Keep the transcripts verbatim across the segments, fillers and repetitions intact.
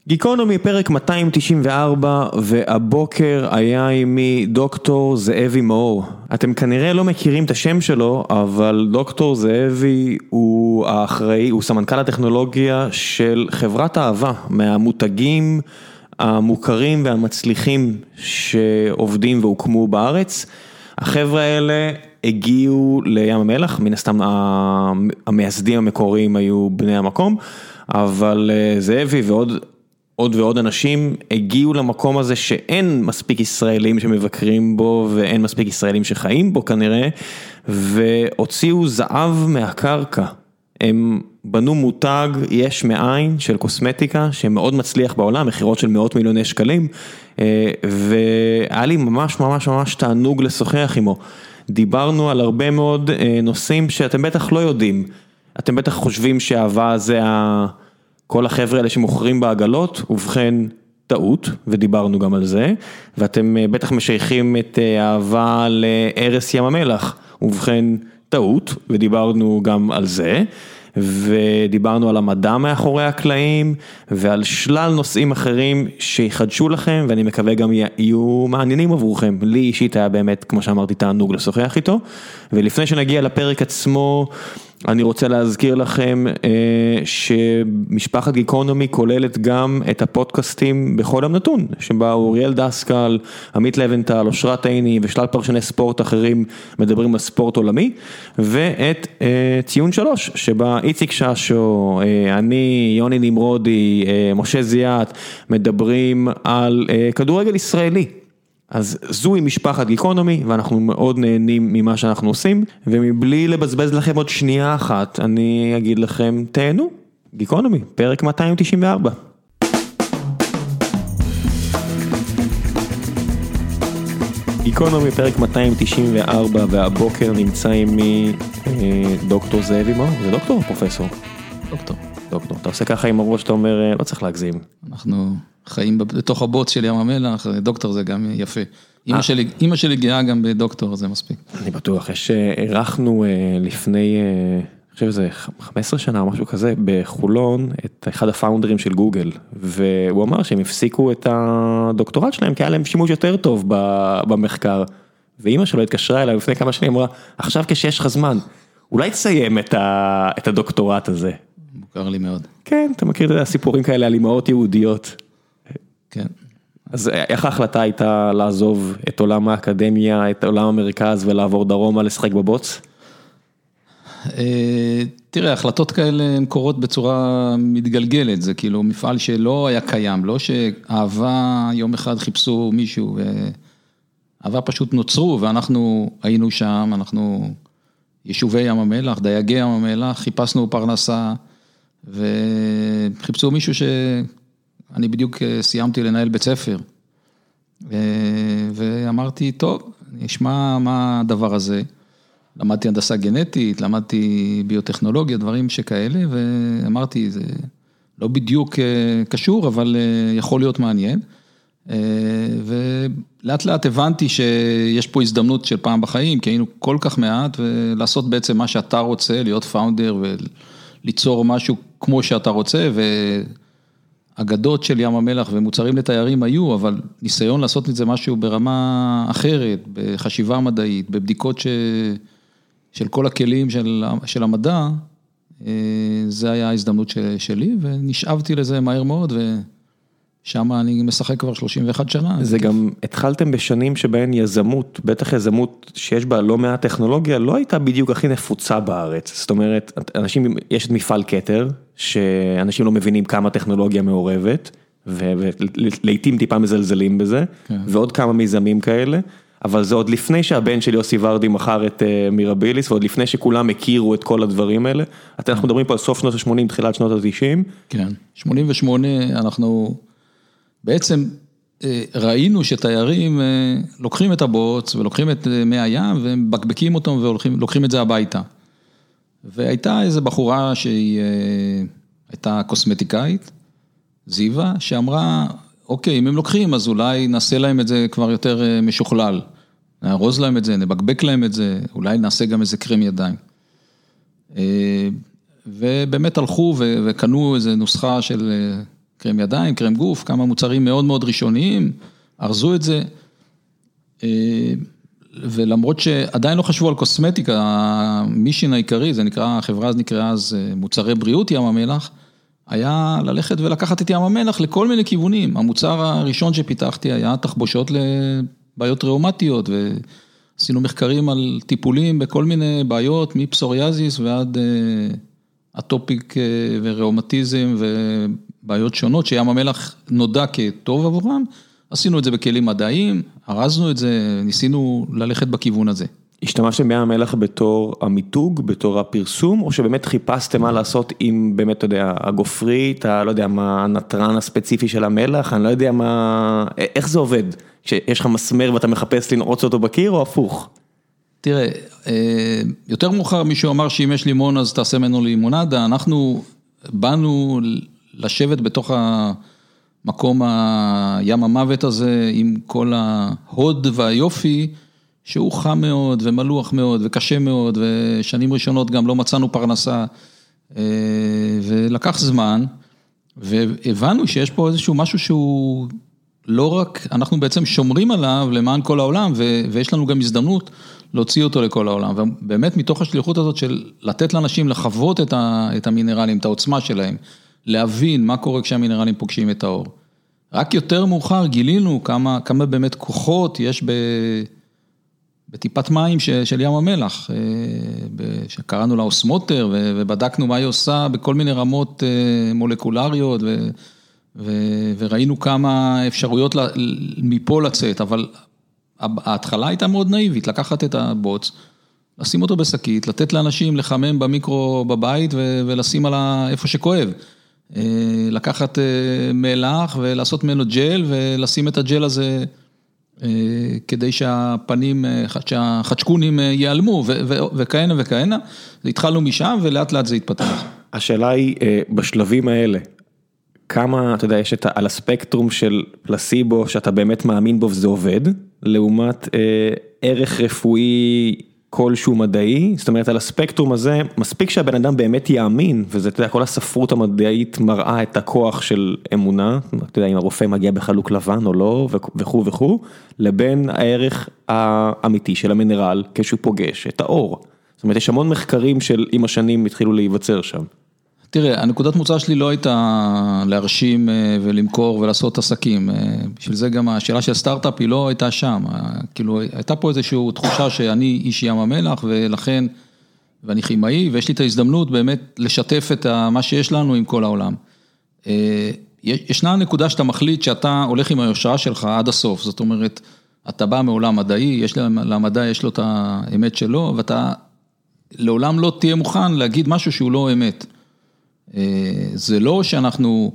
גיקונומי פרק מאתיים תשעים וארבע, והבוקר היה עימי דוקטור זאבי מאור. אתם כנראה לא מכירים את השם שלו, אבל דוקטור זאבי הוא האחראי, הוא סמנכ"ל הטכנולוגיה של חברת אהבה, מהמותגים המוכרים והמצליחים שעובדים והוקמו בארץ. החבר'ה האלה הגיעו לים המלח, מן הסתם המייסדים המקוריים היו בני המקום, אבל זאבי ועוד עוד ועוד אנשים הגיעו למקום הזה שאין מספיק ישראלים שמבקרים בו ואין מספיק ישראלים שחיים בו כנראה, והוציאו זהב מהקרקע. הם בנו מותג יש מאין של קוסמטיקה שמאוד מצליח בעולם, מחירות של מאות מיליוני שקלים, והיה לי ממש ממש ממש תענוג לשוחח עמו. דיברנו על הרבה מאוד נושאים שאתם בטח לא יודעים. אתם בטח חושבים שהאהבה זה ה... כל החבר'ה האלה שמוכרים בעגלות, ובכן טעות, ודיברנו גם על זה, ואתם בטח משייכים את האהבה לערש ים המלח, ובכן טעות, ודיברנו גם על זה, ודיברנו על המדע מאחורי הקלעים, ועל שלל נושאים אחרים שיחדשו לכם, ואני מקווה גם יהיו מעניינים עבורכם. לי אישית היה באמת, כמו שאמרתי, תענוג לשוחח איתו, ולפני שנגיע לפרק עצמו, אני רוצה להזכיר לכם שמשפחת גיקונומי כוללת גם את הפודקאסטים בכל יום נתון, שבה אוריאל דסקל, עמית לבנטל, אושרת עיני ושלל פרשני ספורט אחרים מדברים על ספורט עולמי, ואת ציון שלוש, שבה איציק ששו, אני, יוני נמרודי, משה זיאת, מדברים על כדורגל ישראלי. אז זוהי משפחת גיקונומי, ואנחנו מאוד נהנים ממה שאנחנו עושים, ומבלי לבזבז לכם עוד שנייה אחת, אני אגיד לכם, תהנו, גיקונומי, פרק מאתיים תשעים וארבע. גיקונומי, פרק מאתיים תשעים וארבע, והבוקר נמצא עם דוקטור זאבי מאור, זה דוקטור או פרופסור? דוקטור. דוקטור, אתה עושה ככה עם הראש, אתה אומר, לא צריך להגזים. אנחנו חיים בתוך הבוץ של ים המלח, דוקטור זה גם יפה. אמא שלי, אמא שלי גאה גם בדוקטור, זה מספיק. אני בטוח, יש, ערכנו לפני, אני חושב שזה חמש עשרה שנה או משהו כזה, בחולון, את אחד הפאונדרים של גוגל, והוא אמר שהם הפסיקו את הדוקטורט שלהם, כי היה להם שימוש יותר טוב במחקר, ואמא שלו התקשרה אליי לפני כמה שנים, אמרה, עכשיו כשיש לך זמן, אולי תסיים את הדוקטורט הזה. מוכר לי מאוד. כן, אתה מכיר את הסיפורים כאלה על אמהות יהודיות. כן. אז איך ההחלטה הייתה לעזוב את עולם האקדמיה, את עולם המרכז ולעבור דרומה לשחק בבוץ? תראה, החלטות כאלה הן קורות בצורה מתגלגלת, זה כאילו מפעל שלא היה קיים, לא שאהבה יום אחד חיפשו מישהו, אהבה פשוט נוצרו ואנחנו היינו שם, אנחנו יישובי ים המלח, דייגי ים המלח, חיפשנו פרנסה וחיפשו מישהו שאני בדיוק סיימתי לנהל בית ספר ואמרתי, טוב, אני אשמע מה הדבר הזה, למדתי הנדסה גנטית, למדתי ביוטכנולוגיה, דברים שכאלה, ואמרתי, זה לא בדיוק קשור, אבל יכול להיות מעניין, ולאט לאט הבנתי שיש פה הזדמנות של פעם בחיים, כי היינו כל כך מעט, ולעשות בעצם מה שאתה רוצה, להיות פאונדר, וליצור משהו כמו שאתה רוצה, ואגדות של ים המלח ומוצרים לתיירים היו, אבל ניסיון לעשות את זה משהו ברמה אחרת, בחשיבה מדעית, בבדיקות ש... של כל הכלים של, של המדע, זה היה ההזדמנות של, שלי, ונשאבתי לזה מהר מאוד, ושם אני משחק כבר שלושים ואחת שנה. זה גם, כיף. התחלתם בשנים שבהן יזמות, בטח יזמות שיש בה לא מעט טכנולוגיה, לא הייתה בדיוק הכי נפוצה בארץ. זאת אומרת, אנשים, יש את מפעל כתר, שאנשים לא מבינים כמה טכנולוגיה מעורבת, ולעיתים טיפה מזלזלים בזה, כן. ועוד כמה מיזמים כאלה, אבל זה עוד לפני שהבן של יוסי ורדי מכר את מירביליס, ועוד לפני שכולם הכירו את כל הדברים האלה. אנחנו מדברים פה על סוף שנות ה-שמונים, תחילת שנות ה-תשעים. כן, שמונים ושמונה אנחנו בעצם ראינו שתיירים לוקחים את הבוץ, ולוקחים את מי הים, ומבקבקים אותם ולוקחים את זה הביתה. והייתה איזו בחורה שהיא הייתה קוסמטיקאית, זיווה, שאמרה, אוקיי, אם הם לוקחים, אז אולי נעשה להם את זה כבר יותר משוכלל. נארוז להם את זה, נבקבק להם את זה, אולי נעשה גם איזה קרם ידיים. ובאמת הלכו וקנו איזו נוסחה של קרם ידיים, קרם גוף, כמה מוצרים מאוד מאוד ראשוניים, ארזו את זה, ולמרות שעדיין לא חשבו על קוסמטיקה, המישן העיקרי, זה נקרא, החברה אז נקרא אז מוצרי בריאות ים המלח, היה ללכת ולקחת את ים המלח לכל מיני כיוונים. המוצר הראשון שפיתחתי היה תחבושות לבעיות ראומטיות, ועשינו מחקרים על טיפולים בכל מיני בעיות, מפסוריאזיס ועד אטופיק וראומטיזם ובעיות שונות, שים המלח נודע כטוב עבורם, עשינו את זה בכלים מדעיים, ארזנו את זה, ניסינו ללכת בכיוון הזה. השתמשתם בים המלח בתור המיתוג, בתור הפרסום, או שבאמת חיפשתם מה לעשות עם באמת, אתה יודע, הגופרית, לא יודע מה, הנטרן הספציפי של המלח, אני לא יודע מה, איך זה עובד? שיש לך מסמר ואתה מחפש לנעוץ אותו בקיר, או הפוך? תראה, יותר מאוחר מישהו אמר שאם יש לימון אז תעשה ממנו לימונדה, אנחנו באנו לשבת בתוך המקום הים המוות הזה, עם כל ההוד והיופי, שהוא חם מאוד ומלוח מאוד וקשה מאוד, ושנים ראשונות גם לא מצאנו פרנסה, ולקח זמן, והבנו שיש פה איזשהו משהו שהוא לא רק, אנחנו בעצם שומרים עליו למען כל העולם, ויש לנו גם הזדמנות להוציא אותו לכל העולם, ובאמת מתוך השליחות הזאת של לתת לאנשים לחוות את המינרלים, את העוצמה שלהם, להבין מה קורה כשהמינרלים פוגשים את האור. רק יותר מאוחר גילינו כמה, כמה באמת כוחות יש ב... בטיפת מים של ים המלח, שקראנו לה אוסמוטר, ובדקנו מה היא עושה בכל מיני רמות מולקולריות, וראינו כמה אפשרויות מפה לצאת, אבל ההתחלה הייתה מאוד נאיבית, לקחת את הבוץ, לשים אותו בשקית, לתת לאנשים לחמם במיקרו בבית, ולשים על איפה שכואב. לקחת מלח ולעשות ממנו ג'ל, ולשים את הג'ל הזה כדי שהפנים, שהחדשקונים ייעלמו, וכהנה וכהנה. התחלנו משם ולאט לאט זה התפתח. השאלה היא, בשלבים האלה, כמה, אתה יודע, יש את, על הספקטרום של פלסיבו, שאתה באמת מאמין בו וזה עובד, לעומת ערך רפואי כלשהו מדעי, זאת אומרת, על הספקטרום הזה, מספיק שהבן אדם באמת יאמין, וזה, אתה יודע, כל הספרות המדעית מראה את הכוח של אמונה, אתה יודע, אם הרופא מגיע בחלוק לבן או לא, וכו' וכו', לבין הערך האמיתי של המינרל, כשהוא פוגש את האור. זאת אומרת, יש המון מחקרים של עם השנים התחילו להיווצר שם. תראה, הנקודת מוצא שלי לא הייתה להרשים ולמכור ולעשות עסקים. בשביל זה גם השאלה של סטארט-אפ היא לא הייתה שם. כאילו, הייתה פה איזושהי תחושה שאני איש ים המלח, ולכן, ואני כימאי, ויש לי את ההזדמנות באמת לשתף את מה שיש לנו עם כל העולם. ישנה נקודה שאתה מחליט שאתה הולך עם היושרה שלך עד הסוף. זאת אומרת, אתה בא מעולם מדעי, יש למדע, יש לו את האמת שלו, ואתה לעולם לא תהיה מוכן להגיד משהו שהוא לא אמת. זה לא שאנחנו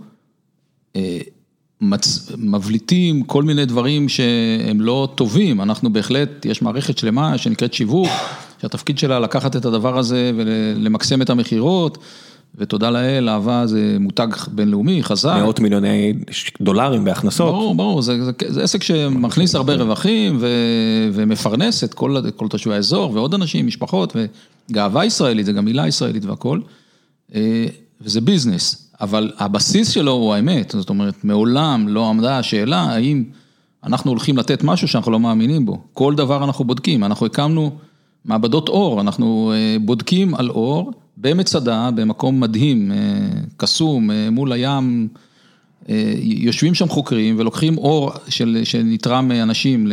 מבליטים כל מיני דברים שהם לא טובים, אנחנו בהחלט, יש מערכת שלמה שנקראת שיווק, שהתפקיד שלה לקחת את הדבר הזה ולמקסם את המחירות, ותודה לאל, אהבה זה מותג בינלאומי, חזק. מאות מיליוני דולרים בהכנסות. ברור, ברור, זה, זה, זה עסק שמכניס הרבה רווחים ו, ומפרנס את כל, כל תושבי האזור, ועוד אנשים, משפחות, וגאווה ישראלית, זה גם מילה ישראלית והכל. וזה ביזנס, אבל הבסיס שלו הוא האמת, זאת אומרת, מעולם לא עמדה השאלה, האם אנחנו הולכים לתת משהו שאנחנו לא מאמינים בו. כל דבר אנחנו בודקים, אנחנו הקמנו מעבדות אור, אנחנו בודקים על אור, במצדה, במקום מדהים, קסום, מול הים, יושבים שם חוקרים, ולוקחים אור של, שנתרם אנשים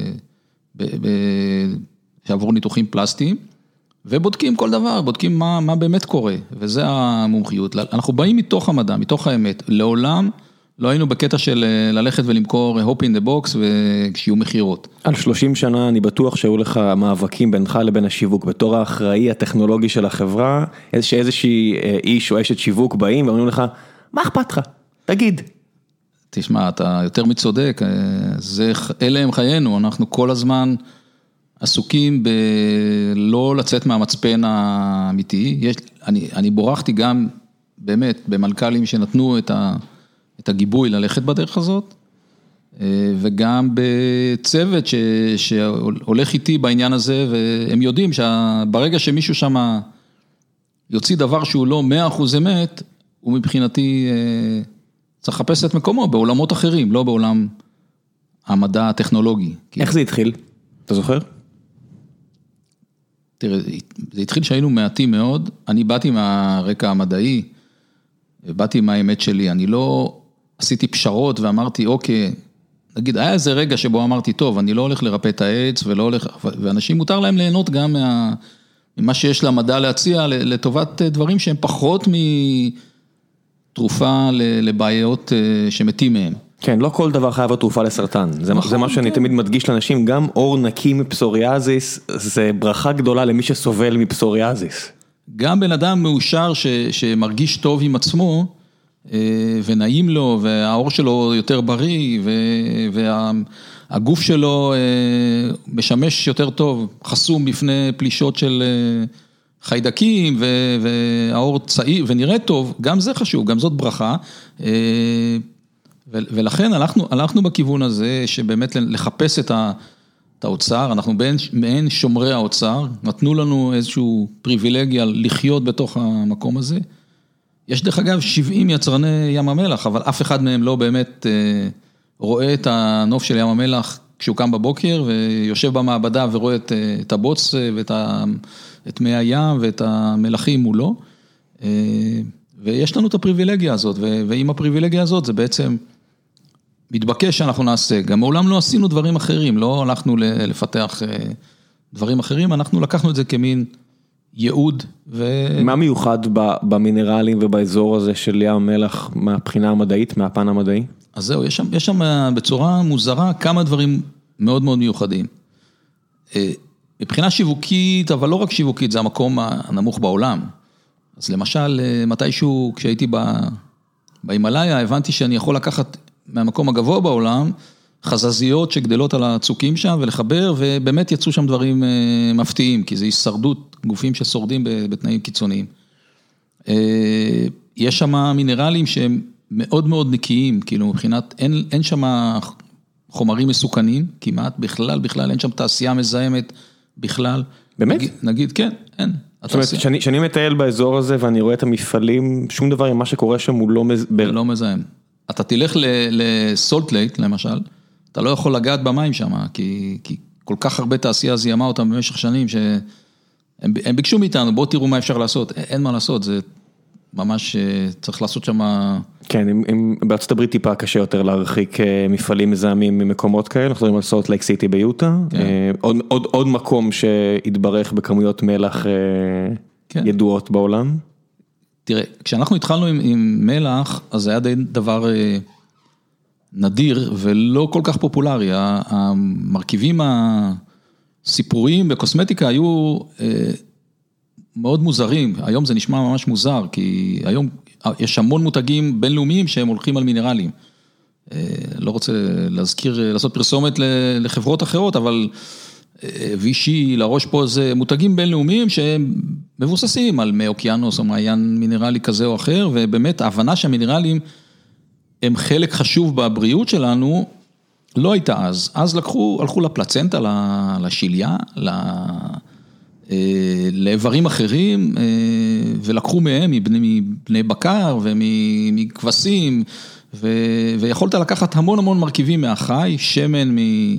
שעבור ניתוחים פלסטיים, ובודקים כל דבר, בודקים מה, מה באמת קורה, וזה המומחיות. אנחנו באים מתוך המדע, מתוך האמת. לעולם לא היינו בקטע של ללכת ולמכור hope in the box וכשיהיו מחירות. על שלושים שנה אני בטוח שהיו לך מאבקים בינך לבין השיווק, בתור האחראי הטכנולוגי של החברה, שאיזושהי איש או אשת שיווק באים ואומרים לך, מה אכפת לך? תגיד. תשמע, אתה יותר מצודק, זה, אלה הם חיינו, אנחנו כל הזמן עסוקים בלא לצאת מהמצפן האמיתי. יש, אני, אני בורחתי גם באמת במנכ"לים שנתנו את, ה, את הגיבוי ללכת בדרך הזאת, וגם בצוות ש, שהולך איתי בעניין הזה, והם יודעים שברגע שמישהו שם יוציא דבר שהוא לא מאה אחוז אמת, הוא מבחינתי צריך לחפש את מקומו בעולמות אחרים, לא בעולם המדע הטכנולוגי. איך זה התחיל? אתה זוכר? תראה, זה התחיל שהיינו מעטים מאוד, אני באתי מהרקע המדעי, ובאתי מהאמת שלי, אני לא עשיתי פשרות ואמרתי, אוקיי, נגיד, היה איזה רגע שבו אמרתי, טוב, אני לא הולך לרפא את העץ, ולא הולך, ואנשים מותר להם ליהנות גם מה, ממה שיש למדע להציע, לטובת דברים שהם פחות מתרופה לבעיות שמתים מהם. כן, לא כל דבר חייב תרופה לסרטן, זה, נכון, זה מה שאני כן. תמיד מדגיש לאנשים, גם אור נקי מפסוריאזיס, זה ברכה גדולה למי שסובל מפסוריאזיס. גם בן אדם מאושר ש, שמרגיש טוב עם עצמו, ונעים לו, והאור שלו יותר בריא, והגוף שלו משמש יותר טוב, חסום בפני פלישות של חיידקים, והאור צעיר, ונראה טוב, גם זה חשוב, גם זאת ברכה, ולכן הלכנו, הלכנו בכיוון הזה, שבאמת לחפש את האוצר, אנחנו מעין שומרי האוצר, נתנו לנו איזשהו פריבילגיה לחיות בתוך המקום הזה, יש דרך אגב שבעים יצרני ים המלח, אבל אף אחד מהם לא באמת רואה את הנוף של ים המלח כשהוא קם בבוקר, ויושב במעבדה ורואה את, את הבוץ ואת ה, את מי הים ואת המלחים מולו, ויש לנו את הפריבילגיה הזאת, ועם הפריבילגיה הזאת זה בעצם מתבקש שאנחנו נעשה, גם מעולם לא עשינו דברים אחרים, לא הלכנו לפתח דברים אחרים, אנחנו לקחנו את זה כמין ייעוד. ו... מה מיוחד במינרלים ובאזור הזה של ים המלח מהבחינה המדעית, מהפן המדעי? אז זהו, יש שם, יש שם בצורה מוזרה כמה דברים מאוד מאוד מיוחדים. מבחינה שיווקית, אבל לא רק שיווקית, זה המקום הנמוך בעולם. אז למשל, מתישהו כשהייתי בהימאליה, הבנתי שאני יכול לקחת מהמקום הגבוה בעולם, חזזיות שגדלות על הצוקים שם ולחבר, ובאמת יצאו שם דברים מפתיעים, כי זה הישרדות, גופים ששורדים בתנאים קיצוניים. יש שם מינרלים שהם מאוד מאוד נקיים, כאילו מבחינת, אין, אין שם חומרים מסוכנים, כמעט בכלל, בכלל, אין שם תעשייה מזהמת בכלל. באמת? נגיד, נגיד כן, אין. זאת אומרת, שאני, שאני מטייל באזור הזה ואני רואה את המפעלים, שום דבר עם מה שקורה שם הוא לא מזהם. לא מזהם. אתה תלך לסולט לייק, למשל, אתה לא יכול לגעת במים שם, כי, כי כל כך הרבה תעשייה זיהמה אותם במשך שנים, שהם הם ביקשו מאיתנו, בואו תראו מה אפשר לעשות, אין מה לעשות, זה ממש צריך לעשות שם... כן, הם, הם, בארצות הברית טיפה קשה יותר להרחיק מפעלים מזהמים ממקומות כאלה, אנחנו מדברים על סולט לייק סיטי ביוטה, כן. עוד, עוד, עוד מקום שהתברך בכמויות מלח כן. ידועות בעולם. תראה, כשאנחנו התחלנו עם, עם מלח, אז זה היה די דבר... נדיר ולא כל כך פופולרי, המרכיבים הסיפוריים בקוסמטיקה היו מאוד מוזרים, היום זה נשמע ממש מוזר, כי היום יש המון מותגים בינלאומיים שהם הולכים על מינרלים, לא רוצה להזכיר, לעשות פרסומת לחברות אחרות, אבל וישי, לראש פה זה מותגים בינלאומיים שהם מבוססים על מי אוקיינוס או מעיין מינרלי כזה או אחר, ובאמת ההבנה שהמינרלים הם חלק חשוב בבריאות שלנו, לא הייתה אז. אז לקחו, הלכו לפלצנטה, לשיליה, לאיברים אחרים, ולקחו מהם, מבני, מבני בקר ומכבשים, ויכולת לקחת המון המון מרכיבים מהחי, שמן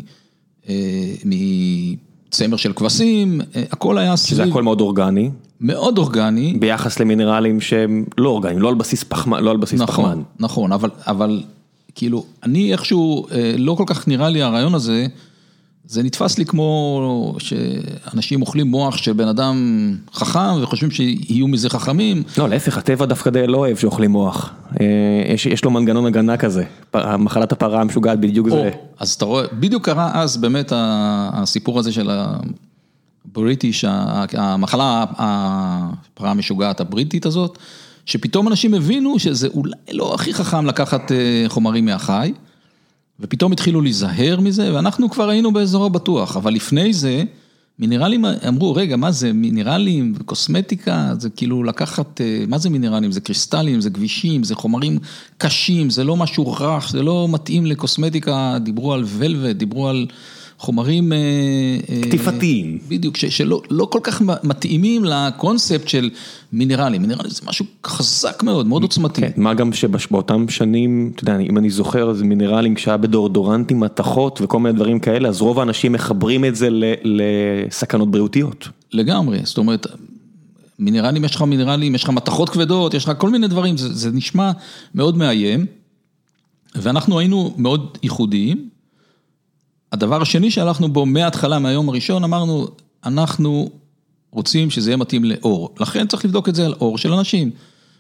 מצמר של כבשים, הכל היה סביב. שזה הכל מאוד אורגני. מאוד אורגני. ביחס למינרלים שהם לא אורגניים, לא על בסיס פחמן, לא על בסיס נכון, פחמן. נכון, אבל, אבל כאילו, אני איכשהו, לא כל כך נראה לי הרעיון הזה, זה נתפס לי כמו שאנשים אוכלים מוח של בן אדם חכם, וחושבים שיהיו מזה חכמים. לא, להפך, הטבע דווקא די לא אוהב שאוכלים מוח. יש, יש לו מנגנון הגנה כזה, מחלת הפרה המשוגעת בדיוק זה. אז אתה רואה, בדיוק קרה אז באמת הסיפור הזה של ה... בריטיש, המחלה, הפרה המשוגעת הבריטית הזאת, שפתאום אנשים הבינו שזה אולי לא הכי חכם לקחת חומרים מהחי, ופתאום התחילו להיזהר מזה, ואנחנו כבר היינו באזור הבטוח, אבל לפני זה, מינרלים אמרו, רגע, מה זה מינרלים, קוסמטיקה, זה כאילו לקחת, מה זה מינרלים? זה קריסטלים, זה גבישים, זה חומרים קשים, זה לא משהו רך, זה לא מתאים לקוסמטיקה, דיברו על ולווט, דיברו על חומרים... קטיפתיים. בדיוק, שלא לא כל כך מתאימים לקונספט של מינרלים. מינרלים זה משהו חזק מאוד, מאוד עוצמתי. כן, מה גם שבאותם שנים, אתה יודע, אם אני זוכר, זה מינרלים כשהיה בדורדורנטים, מתכות וכל מיני דברים כאלה, אז רוב האנשים מחברים את זה לסכנות בריאותיות. לגמרי, זאת אומרת, מינרלים, יש לך מינרלים, יש לך מתכות כבדות, יש לך כל מיני דברים, זה, זה נשמע מאוד מאיים, ואנחנו היינו מאוד ייחודיים. הדבר השני שהלכנו בו מההתחלה, מהיום הראשון, אמרנו, אנחנו רוצים שזה יהיה מתאים לאור. לכן צריך לבדוק את זה על אור של אנשים.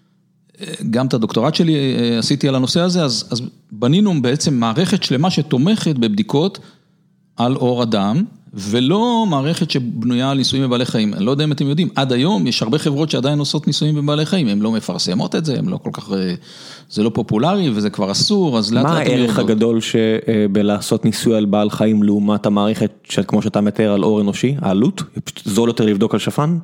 גם את הדוקטורט שלי עשיתי על הנושא הזה, אז, אז בנינו בעצם מערכת שלמה שתומכת בבדיקות על אור אדם, ולא מערכת שבנויה על ניסויים בבעלי חיים. אני לא יודע אם אתם יודעים, עד היום יש הרבה חברות שעדיין עושות ניסויים בבעלי חיים, הן לא מפרסמות את זה, הן לא כל כך, זה לא פופולרי וזה כבר אסור, אז לאט לאט... מה הערך הגדול שבלעשות ניסוי על בעל חיים לעומת המערכת, כמו שאתה מתאר על אור אנושי, העלות? זול יותר לבדוק על שפן?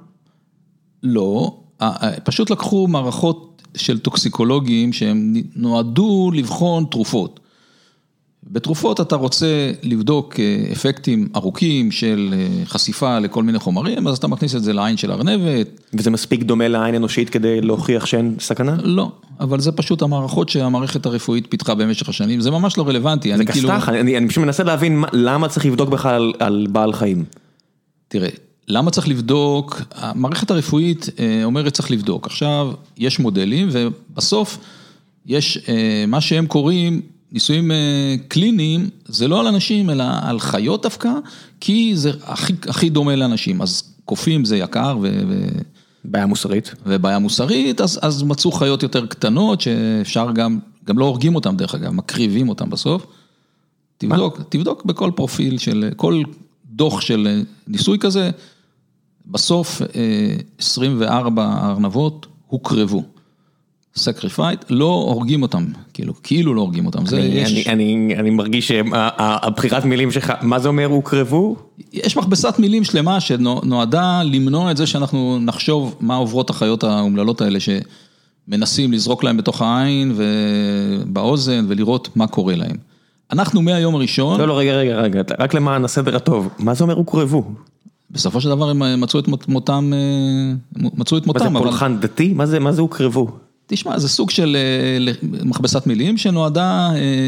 לא, פשוט לקחו מערכות של טוקסיקולוגים שהם נועדו לבחון תרופות. בתרופות אתה רוצה לבדוק אפקטים ארוכים של חשיפה לכל מיני חומרים, אז אתה מכניס את זה לעין של ארנבת. וזה מספיק דומה לעין אנושית כדי להוכיח שאין סכנה? לא, אבל זה פשוט המערכות שהמערכת הרפואית פיתחה במשך השנים, זה ממש לא רלוונטי. זה כסתח, אני, אני פשוט מנסה להבין למה צריך לבדוק בכלל על, על בעל חיים. תראה, למה צריך לבדוק? המערכת הרפואית אומרת צריך לבדוק. עכשיו, יש מודלים ובסוף יש מה שהם קוראים ניסויים קליניים, זה לא על אנשים, אלא על חיות דווקא, כי זה הכי, הכי דומה לאנשים. אז קופים זה יקר ו... בעיה מוסרית. ובעיה מוסרית, אז, אז מצאו חיות יותר קטנות, שאפשר גם, גם לא הורגים אותם דרך אגב, מקריבים אותם בסוף. תבדוק, תבדוק בכל פרופיל של, כל דוח של ניסוי כזה, בסוף עשרים וארבע ארנבות הוקרבו. סקריפייט, לא הורגים אותם, כאילו, כאילו לא הורגים אותם. אני, אני, יש... אני, אני מרגיש שהבחירת מילים שלך, מה זה אומר הוקרבו? יש מכבסת מילים שלמה שנועדה למנוע את זה שאנחנו נחשוב מה עוברות החיות האומללות האלה, שמנסים לזרוק להם בתוך העין ובאוזן ולראות מה קורה להם. אנחנו מהיום הראשון... לא, לא, רגע, רגע, רגע, רק למען הסדר הטוב, מה זה אומר הוקרבו? בסופו של דבר הם מצאו את מותם, מצאו את מותם. מה זה פולחן דתי? מה זה, מה זה הוקרבו? תשמע, זה סוג של מכבסת מילים שנועדה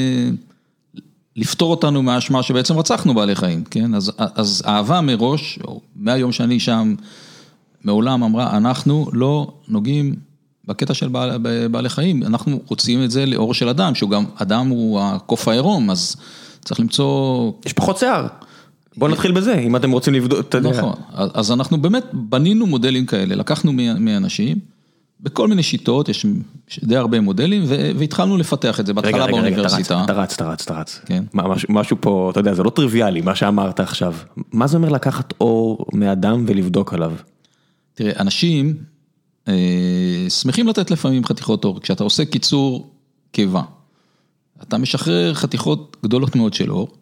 לפתור אותנו מהאשמה שבעצם רצחנו בעלי חיים, כן? אז, אז אהבה מראש, או מהיום שאני שם, מעולם אמרה, אנחנו לא נוגעים בקטע של בעל, בעלי חיים, אנחנו רוצים את זה לאור של אדם, שהוא גם, אדם הוא הקוף העירום, אז צריך למצוא... יש פחות שיער. בואו נתחיל בזה, אם אתם רוצים לבדוק, אתה יודע. נכון, אז אנחנו באמת בנינו מודלים כאלה, לקחנו מאנשים, בכל מיני שיטות, יש די הרבה מודלים, והתחלנו לפתח את זה בהתחלה באוניברסיטה. אתה רץ, אתה רץ, אתה רץ. משהו פה, אתה יודע, זה לא טריוויאלי, מה שאמרת עכשיו. מה זה אומר לקחת אור מאדם ולבדוק עליו? תראה, אנשים שמחים לתת לפעמים חתיכות אור, כשאתה עושה קיצור קיבה, אתה משחרר חתיכות גדולות מאוד של אור,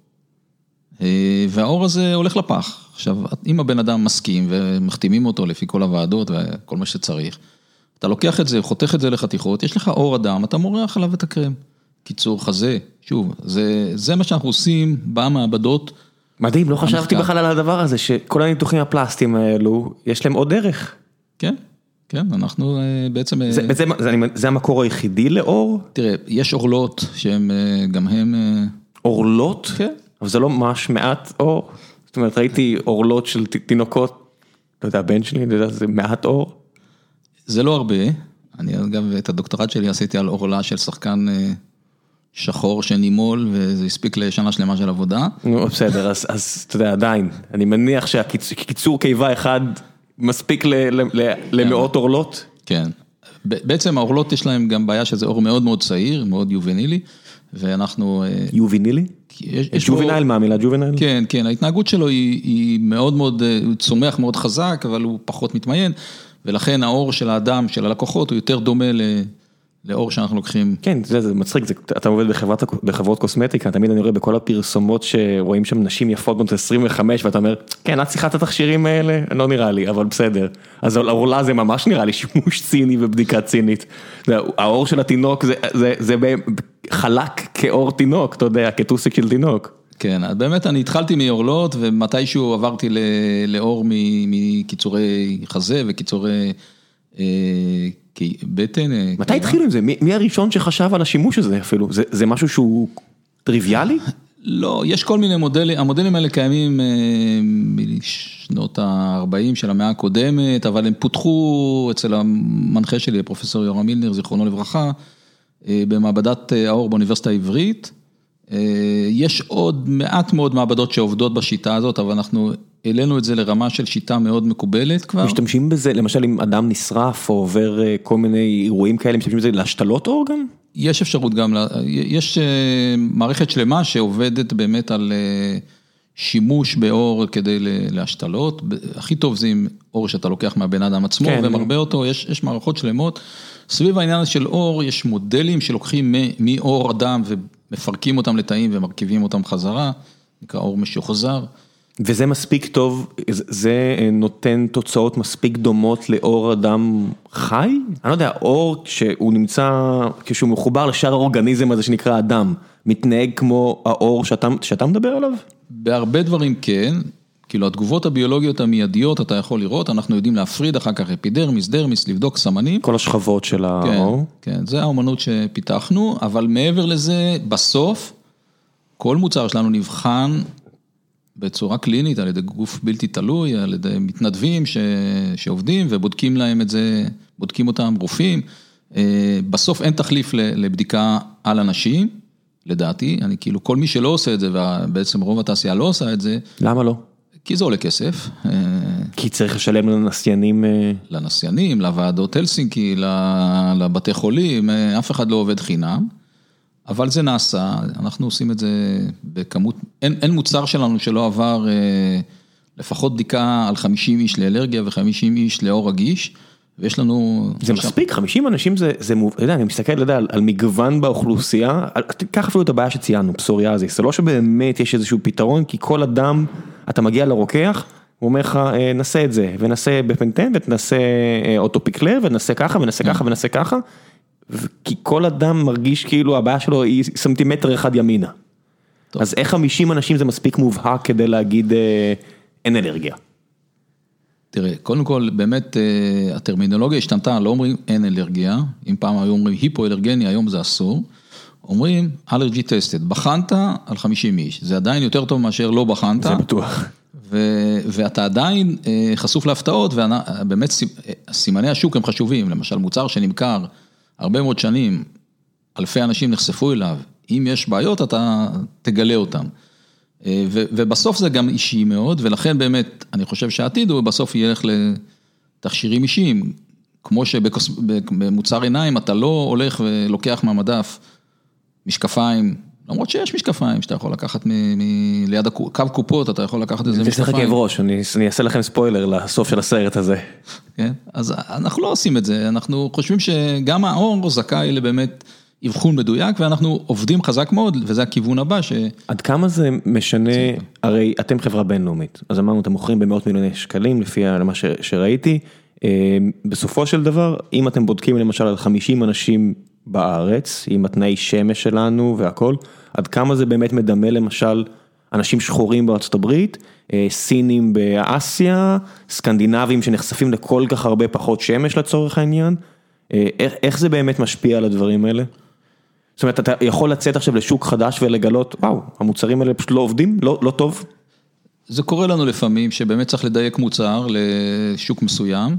והאור הזה הולך לפח. עכשיו, אם הבן אדם מסכים ומחתימים אותו לפי כל הוועדות וכל מה שצריך, אתה לוקח את זה, חותך את זה לחתיכות, יש לך אור אדם, אתה מורח עליו את הקרם. קיצור חזה, שוב, זה, זה מה שאנחנו עושים במעבדות. מדהים, לא חשבתי בכלל על הדבר הזה, שכל הניתוחים הפלסטיים האלו, יש להם עוד דרך. כן, כן, אנחנו בעצם... זה, זה, זה, זה המקור היחידי לאור? תראה, יש אורלות שהם גם הם... אורלות? כן. אבל זה לא ממש מעט אור. זאת אומרת, ראיתי אורלות של תינוקות, לא יודע, הבן שלי, לא יודע, זה מעט אור. זה לא הרבה, אני גם את הדוקטורט שלי עשיתי על אורלה של שחקן שחור שנימול, וזה הספיק לשנה שלמה של עבודה. נו, בסדר, אז, אז אתה יודע, עדיין, אני מניח שהקיצור קיבה אחד מספיק ל, ל, ל, למאות אורלות? כן, בעצם האורלות יש להם גם בעיה שזה אור מאוד מאוד צעיר, מאוד יובנילי, ואנחנו... יובנילי? ג'ובנייל, מה המילה ג'ובנייל? כן, כן, ההתנהגות שלו היא, היא מאוד מאוד, הוא צומח מאוד חזק, אבל הוא פחות מתמיין, ולכן האור של האדם, של הלקוחות, הוא יותר דומה לאור שאנחנו לוקחים. כן, זה, זה מצחיק, זה, אתה עובד בחברת, בחברות קוסמטיקה, תמיד אני רואה בכל הפרסומות שרואים שם נשים יפות בנות עשרים וחמש, ואתה אומר, כן, את צריכה את התכשירים האלה? לא נראה לי, אבל בסדר. אז האורלה זה ממש נראה לי שימוש ציני ובדיקה צינית. האור של התינוק זה, זה, זה חלק כאור תינוק, אתה יודע, כתוסיק של תינוק. כן, באמת אני התחלתי מאורלות, ומתישהו עברתי לאור מקיצורי חזה וקיצורי בטן. מתי התחילו עם זה? מי הראשון שחשב על השימוש הזה אפילו? זה משהו שהוא טריוויאלי? לא, יש כל מיני מודלים, המודלים האלה קיימים משנות ה-ארבעים של המאה הקודמת, אבל הם פותחו אצל המנחה שלי, פרופסור יורם מילנר, זיכרונו לברכה, במעבדת האור באוניברסיטה העברית. יש עוד מעט מאוד מעבדות שעובדות בשיטה הזאת, אבל אנחנו העלינו את זה לרמה של שיטה מאוד מקובלת כבר. משתמשים בזה, למשל אם אדם נשרף או עובר כל מיני אירועים כאלה, משתמשים בזה להשתלות אור גם? יש אפשרות גם, יש מערכת שלמה שעובדת באמת על שימוש באור כדי להשתלות, הכי טוב זה עם אור שאתה לוקח מהבן אדם עצמו ומרבה אותו, יש, יש מערכות שלמות, סביב העניין של אור יש מודלים שלוקחים מאור אדם ומפרקים אותם לתאים ומרכיבים אותם חזרה, נקרא אור משוחזר. וזה מספיק טוב, זה נותן תוצאות מספיק דומות לאור אדם חי? אני לא יודע, אור כשהוא נמצא, כשהוא מחובר לשאר האורגניזם הזה שנקרא אדם, מתנהג כמו האור שאתה, שאתה מדבר עליו? בהרבה דברים כן, כאילו התגובות הביולוגיות המיידיות אתה יכול לראות, אנחנו יודעים להפריד אחר כך אפידרמיס, דרמיס, לבדוק סמנים. כל השכבות של האור. כן, כן, זה האומנות שפיתחנו, אבל מעבר לזה, בסוף, כל מוצר שלנו נבחן, בצורה קלינית, על ידי גוף בלתי תלוי, על ידי מתנדבים ש... שעובדים ובודקים להם את זה, בודקים אותם רופאים. בסוף אין תחליף לבדיקה על אנשים, לדעתי, אני כאילו, כל מי שלא עושה את זה, ובעצם רוב התעשייה לא עושה את זה. למה לא? כי זה עולה כסף. כי צריך לשלם לנסיינים. לנסיינים, לוועדות הלסינקי, לבתי חולים, אף אחד לא עובד חינם. אבל זה נעשה, אנחנו עושים את זה בכמות, אין, אין מוצר שלנו שלא עבר אה, לפחות בדיקה על חמישים איש לאלרגיה וחמישים איש לאור רגיש, ויש לנו... זה מספיק, חמישים אנשים זה, זה מוב... יודע, אני מסתכל יודע, על, על מגוון באוכלוסייה, קח אפילו את הבעיה שציינו, פסוריאזיס, זה לא שבאמת יש איזשהו פתרון, כי כל אדם, אתה מגיע לרוקח, הוא אומר לך, נסה את זה, ונסה בפנטן, וננסה אוטופיקלר, וננסה ככה, וננסה ככה, וננסה ככה, כי כל אדם מרגיש כאילו הבעיה שלו היא סנטימטר אחד ימינה. טוב. אז איך חמישים אנשים זה מספיק מובהק כדי להגיד אה, אין אלרגיה? תראה, קודם כל באמת אה, הטרמינולוגיה השתנתה, לא אומרים אין אלרגיה, אם פעם היו אומרים היפואלרגני, היום זה אסור, אומרים אלרגי טסטד, בחנת על חמישים איש, זה עדיין יותר טוב מאשר לא בחנת. זה בטוח. ו- ואתה עדיין אה, חשוף להפתעות, ובאמת סימני השוק הם חשובים, למשל מוצר שנמכר, הרבה מאוד שנים, אלפי אנשים נחשפו אליו, אם יש בעיות אתה תגלה אותם. ו- ובסוף זה גם אישי מאוד, ולכן באמת אני חושב שהעתיד הוא בסוף ילך לתכשירים אישיים, כמו שבמוצר עיניים אתה לא הולך ולוקח מהמדף משקפיים, למרות שיש משקפיים שאתה יכול לקחת מ- מ- ליד הקו קופות, אתה יכול לקחת איזה משקפיים. יש לך כאב ראש, אני, אני אעשה לכם ספוילר לסוף של הסרט הזה. כן? אז אנחנו לא עושים את זה, אנחנו חושבים שגם האור זכאי לבאמת אבחון מדויק, ואנחנו עובדים חזק מאוד, וזה הכיוון הבא ש... עד כמה זה משנה, הרי אתם חברה בינלאומית, אז אמרנו, אתם מוכרים במאות מיליוני שקלים, לפי מה ש- שראיתי, בסופו של דבר, אם אתם בודקים למשל על חמישים אנשים בארץ, עם התנאי שמש שלנו והכל, עד כמה זה באמת מדמה למשל אנשים שחורים בארצות הברית, סינים באסיה, סקנדינבים שנחשפים לכל כך הרבה פחות שמש לצורך העניין, איך, איך זה באמת משפיע על הדברים האלה? זאת אומרת, אתה יכול לצאת עכשיו לשוק חדש ולגלות, וואו, המוצרים האלה פשוט לא עובדים, לא, לא טוב? זה קורה לנו לפעמים שבאמת צריך לדייק מוצר לשוק מסוים.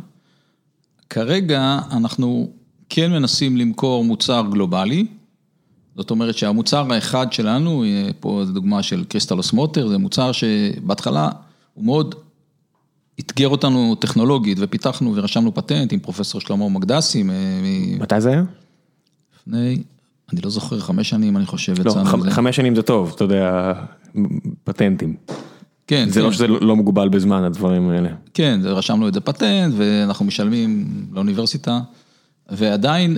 כרגע אנחנו כן מנסים למכור מוצר גלובלי, זאת אומרת שהמוצר האחד שלנו, פה זו דוגמה של קריסטלוס מוטר, זה מוצר שבהתחלה הוא מאוד התגר אותנו טכנולוגית, ופיתחנו ורשמנו פטנט עם פרופסור שלמה מקדסי. מתי זה היה? לפני, אני לא זוכר, חמש שנים אני חושב. לא, חמש שנים זה טוב, אתה יודע, פטנטים. כן. זה לא שזה לא מוגבל בזמן, הדברים האלה. כן, רשמנו את זה פטנט, ואנחנו משלמים לאוניברסיטה, ועדיין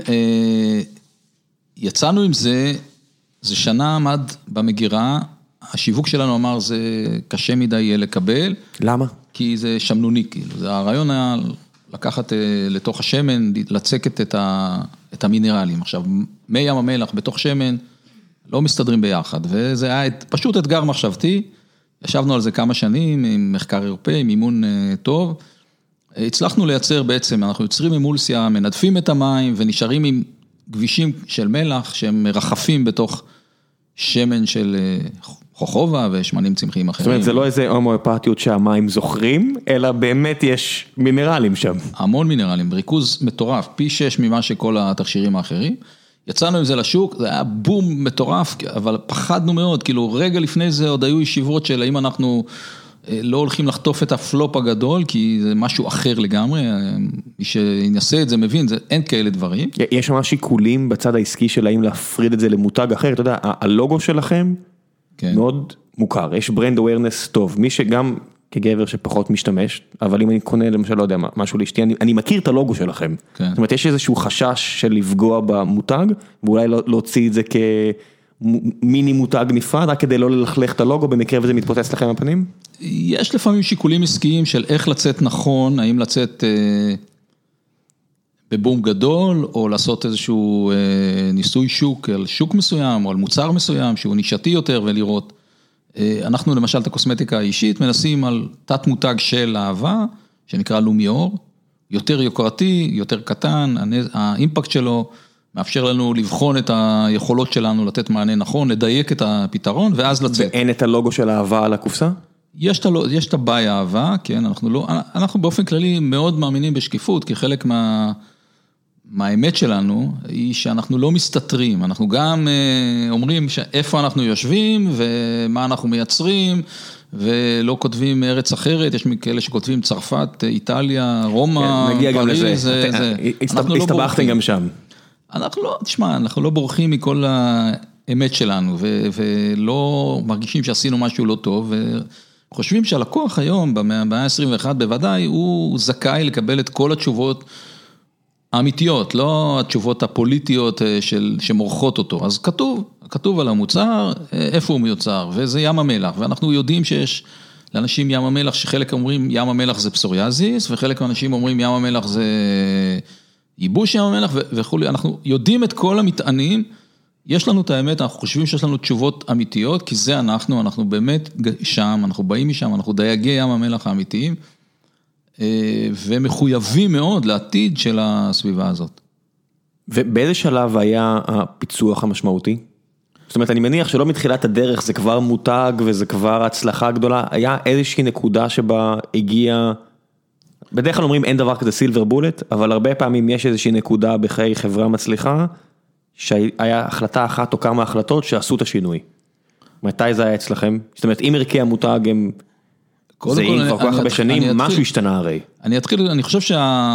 יצאנו עם זה, זה שנה עמד במגירה, השיווק שלנו אמר זה קשה מדי יהיה לקבל. למה? כי זה שמנוני, כאילו, זה הרעיון היה לקחת לתוך השמן, לצקת את, ה, את המינרלים. עכשיו, מי ים המלח בתוך שמן, לא מסתדרים ביחד, וזה היה פשוט אתגר מחשבתי, ישבנו על זה כמה שנים, עם מחקר אירופאי, עם אימון טוב, הצלחנו לייצר בעצם, אנחנו יוצרים אמולסיה, מנדפים את המים, ונשארים עם גבישים של מלח, שהם מרחפים בתוך שמן של חוכובה, ושמנים צמחיים אחרים. זאת אומרת, זה לא איזה הומואפתיות שהמים זוכרים, אלא באמת יש מינרלים שם. המון מינרלים, בריכוז מטורף, פי שש ממה שכל התכשירים האחרים. יצאנו עם זה לשוק, זה היה בום מטורף, אבל פחדנו מאוד, כאילו רגע לפני זה עוד היו ישיבות של האם אנחנו לא הולכים לחטוף את הפלופ הגדול, כי זה משהו אחר לגמרי, מי שינסה את זה מבין, זה, אין כאלה דברים. יש ממש שיקולים בצד העסקי של האם להפריד את זה למותג אחר, אתה יודע, הלוגו שלכם כן. מאוד מוכר, יש ברנד אווירנס טוב, מי שגם כגבר שפחות משתמש, אבל אם אני קונה למשל, לא יודע, משהו לאשתי, אני, אני מכיר את הלוגו שלכם. כן. זאת אומרת, יש איזשהו חשש של לפגוע במותג, ואולי לא, להוציא את זה כמיני מותג נפרד, רק כדי לא ללכלך את הלוגו, במקרה וזה מתפוצץ לכם הפנים? יש לפעמים שיקולים עסקיים של איך לצאת נכון, האם לצאת אה, בבום גדול, או לעשות איזשהו אה, ניסוי שוק על שוק מסוים, או על מוצר מסוים, שהוא נישתי יותר ולראות. אנחנו למשל את הקוסמטיקה האישית מנסים על תת מותג של אהבה, שנקרא לומיאור, יותר יוקרתי, יותר קטן, האימפקט שלו מאפשר לנו לבחון את היכולות שלנו, לתת מענה נכון, לדייק את הפתרון, ואז לצאת. ואין את הלוגו של אהבה על הקופסה? יש את הבעיה אהבה, כן, אנחנו לא, אנחנו באופן כללי מאוד מאמינים בשקיפות, כי חלק מה... מהאמת שלנו היא שאנחנו לא מסתתרים, אנחנו גם אומרים איפה אנחנו יושבים ומה אנחנו מייצרים ולא כותבים ארץ אחרת, יש כאלה שכותבים צרפת, איטליה, רומא, נגיע גם לזה, הסתבכתם גם שם. אנחנו לא, תשמע, אנחנו לא בורחים מכל האמת שלנו ולא מרגישים שעשינו משהו לא טוב וחושבים שהלקוח היום במאה ה-עשרים ואחת בוודאי הוא זכאי לקבל את כל התשובות האמיתיות, לא התשובות הפוליטיות של, שמורחות אותו. אז כתוב, כתוב על המוצר, איפה הוא מיוצר, וזה ים המלח. ואנחנו יודעים שיש לאנשים ים המלח, שחלק אומרים ים המלח זה פסוריאזיס, וחלק מהאנשים אומרים ים המלח זה ייבוש ים המלח, וכו'. אנחנו יודעים את כל המטענים, יש לנו את האמת, אנחנו חושבים שיש לנו תשובות אמיתיות, כי זה אנחנו, אנחנו באמת שם, אנחנו באים משם, אנחנו דייגי ים המלח האמיתיים, ומחויבים מאוד לעתיד של הסביבה הזאת. ובאיזה שלב היה הפיצוח המשמעותי? זאת אומרת, אני מניח שלא מתחילת הדרך, זה כבר מותג וזה כבר הצלחה גדולה, היה איזושהי נקודה שבה הגיע, בדרך כלל אומרים אין דבר כזה סילבר בולט, אבל הרבה פעמים יש איזושהי נקודה בחיי חברה מצליחה, שהיה החלטה אחת או כמה החלטות שעשו את השינוי. מתי זה היה אצלכם? זאת אומרת, אם ערכי המותג הם... זה אם כבר כל כך הרבה שנים, משהו השתנה הרי. אני אתחיל, אני חושב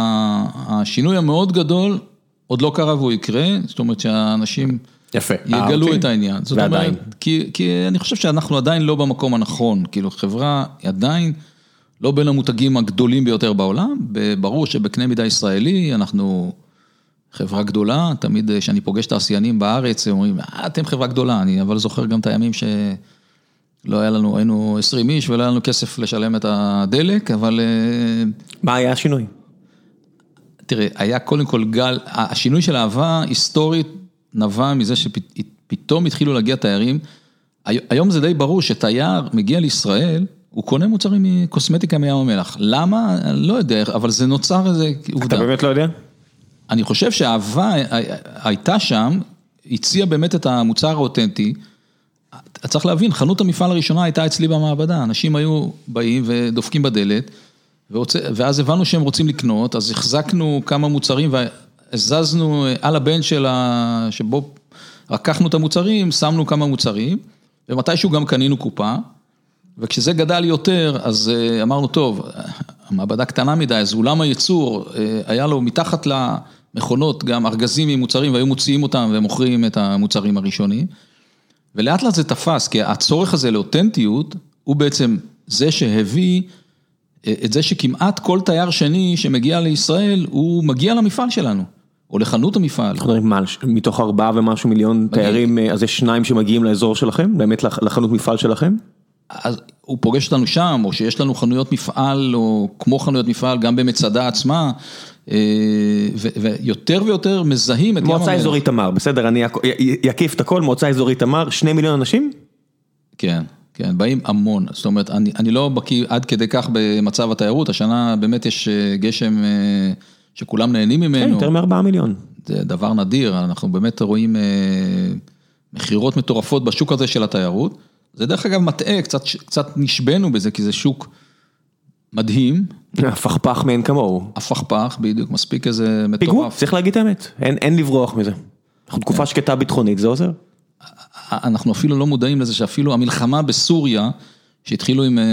שהשינוי המאוד גדול עוד לא קרה והוא יקרה, זאת אומרת שהאנשים יגלו את העניין. זאת אומרת, כי אני חושב שאנחנו עדיין לא במקום הנכון, כאילו חברה עדיין לא בין המותגים הגדולים ביותר בעולם, ברור שבקנה מידה ישראלי אנחנו חברה גדולה, תמיד כשאני פוגש תעשיינים בארץ, הם אומרים, אתם חברה גדולה, אני אבל זוכר גם את הימים ש... לא היה לנו, היינו עשרים איש ולא היה לנו כסף לשלם את הדלק, אבל... מה היה השינוי? תראה, היה קודם כל גל, השינוי של אהבה היסטורית נבע מזה שפתאום התחילו להגיע תיירים. היום זה די ברור שתייר מגיע לישראל, הוא קונה מוצרים מקוסמטיקה מים המלח. למה? לא יודע, אבל זה נוצר איזה עובדה. אתה באמת לא יודע? אני חושב שהאהבה הייתה שם, הציעה באמת את המוצר האותנטי, צריך להבין, חנות המפעל הראשונה הייתה אצלי במעבדה, אנשים היו באים ודופקים בדלת, ואז הבנו שהם רוצים לקנות, אז החזקנו כמה מוצרים, והזזנו על הבן שלה, שבו לקחנו את המוצרים, שמנו כמה מוצרים, ומתישהו גם קנינו קופה, וכשזה גדל יותר, אז אמרנו, טוב, המעבדה קטנה מדי, אז אולם הייצור, היה לו מתחת למכונות גם ארגזים עם מוצרים, והיו מוציאים אותם ומוכרים את המוצרים הראשונים, ולאט לאט זה תפס, כי הצורך הזה לאותנטיות, הוא בעצם זה שהביא את זה שכמעט כל תייר שני שמגיע לישראל, הוא מגיע למפעל שלנו, או לחנות המפעל. מתוך ארבעה ומשהו מיליון תיירים, אז יש שניים שמגיעים לאזור שלכם, באמת לחנות מפעל שלכם? אז הוא פוגש אותנו שם, או שיש לנו חנויות מפעל, או כמו חנויות מפעל, גם במצדה עצמה, ויותר ויותר מזהים את ים המלח. מועצה אזורית תמר, בסדר, אני יקיף את הכל, מועצה אזורית תמר, שני מיליון אנשים? כן, כן, באים המון, זאת אומרת, אני, אני לא בקיא עד כדי כך במצב התיירות, השנה באמת יש גשם שכולם נהנים ממנו. כן, יותר מארבעה מיליון. זה דבר נדיר, אנחנו באמת רואים מחירות מטורפות בשוק הזה של התיירות, זה דרך אגב מטעה, קצת, קצת נשבנו בזה, כי זה שוק מדהים. הפכפך מאין כמוהו. הפכפך, בדיוק, מספיק איזה מטורף. פיגוע, צריך להגיד את האמת, אין, אין לברוח מזה. אנחנו תקופה שקטה ביטחונית, זה עוזר? אנחנו אפילו לא מודעים לזה, שאפילו המלחמה בסוריה, שהתחילו עם,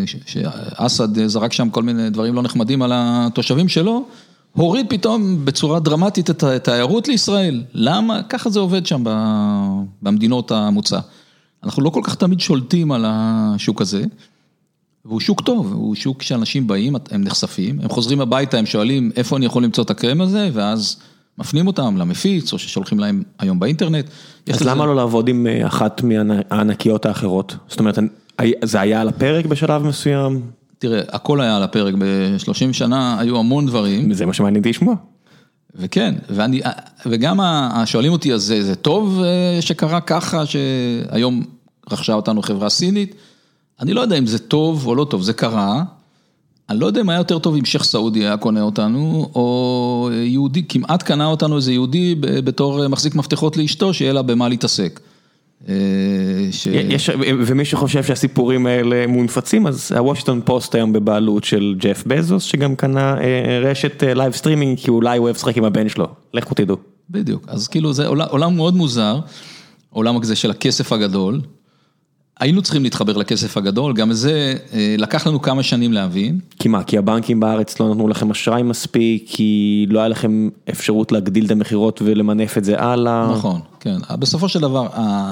שאסד זרק שם כל מיני דברים לא נחמדים על התושבים שלו, הוריד פתאום בצורה דרמטית את התיירות לישראל. למה? ככה זה עובד שם במדינות המוצא. אנחנו לא כל כך תמיד שולטים על השוק הזה, והוא שוק טוב, הוא שוק שאנשים באים, הם נחשפים, הם חוזרים הביתה, הם שואלים איפה אני יכול למצוא את הקרם הזה, ואז מפנים אותם למפיץ, או ששולחים להם היום באינטרנט. אז למה לא לעבוד עם אחת מהענקיות האחרות? זאת אומרת, זה היה על הפרק בשלב מסוים? תראה, הכל היה על הפרק, ב-שלושים שנה היו המון דברים. זה מה שמעניין לשמוע. וכן, ואני, וגם השואלים אותי, אז זה, זה טוב שקרה ככה, שהיום רכשה אותנו חברה סינית, אני לא יודע אם זה טוב או לא טוב, זה קרה, אני לא יודע אם היה יותר טוב אם שייך סעודי היה קונה אותנו, או יהודי, כמעט קנה אותנו איזה יהודי בתור מחזיק מפתחות לאשתו, שיהיה לה במה להתעסק. ש... יש, ומי שחושב שהסיפורים האלה מונפצים, אז הוושינגטון פוסט היום בבעלות של ג'ף בזוס, שגם קנה רשת לייב סטרימינג, כי אולי הוא אוהב לשחק עם הבן שלו, לכו תדעו. בדיוק, אז כאילו זה עולם מאוד מוזר, עולם הזה של הכסף הגדול, היינו צריכים להתחבר לכסף הגדול, גם זה לקח לנו כמה שנים להבין. כי מה? כי הבנקים בארץ לא נתנו לכם אשראי מספיק, כי לא היה לכם אפשרות להגדיל את המחירות ולמנף את זה הלאה. נכון, כן. בסופו של דבר,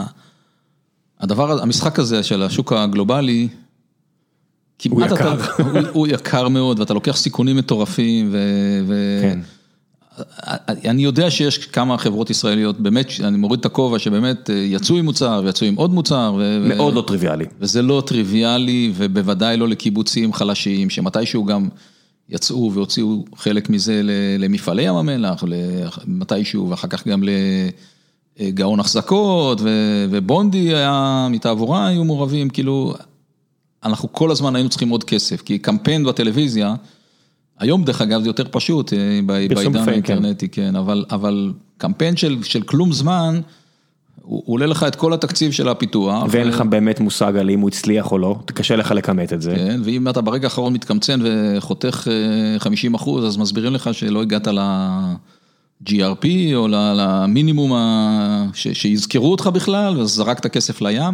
הדבר, המשחק הזה של השוק הגלובלי, הוא יקר. אתה, הוא, הוא יקר מאוד, ואתה לוקח סיכונים מטורפים, ו... כן. אני יודע שיש כמה חברות ישראליות, באמת, אני מוריד את הכובע, שבאמת יצאו עם מוצר, ויצאו עם עוד מוצר. ו... מאוד לא טריוויאלי. וזה לא טריוויאלי, ובוודאי לא לקיבוצים חלשיים, שמתישהו גם יצאו והוציאו חלק מזה למפעלי ים המלח, מתישהו, ואחר כך גם לגאון החזקות, ובונדי היה, מתעבורה היו מעורבים, כאילו, אנחנו כל הזמן היינו צריכים עוד כסף, כי קמפיין בטלוויזיה, היום דרך אגב זה יותר פשוט, בעידן האינטרנטי, כן, אבל, אבל קמפיין של, של כלום זמן, הוא עולה לך את כל התקציב של הפיתוח. ואין לך באמת מושג על אם הוא הצליח או לא, קשה לך לכמת את זה. כן, ואם אתה ברגע האחרון מתקמצן וחותך חמישים אחוז, אז מסבירים לך שלא הגעת ל-ג'י אר פי או למינימום שיזכרו אותך בכלל, אז זרקת כסף לים.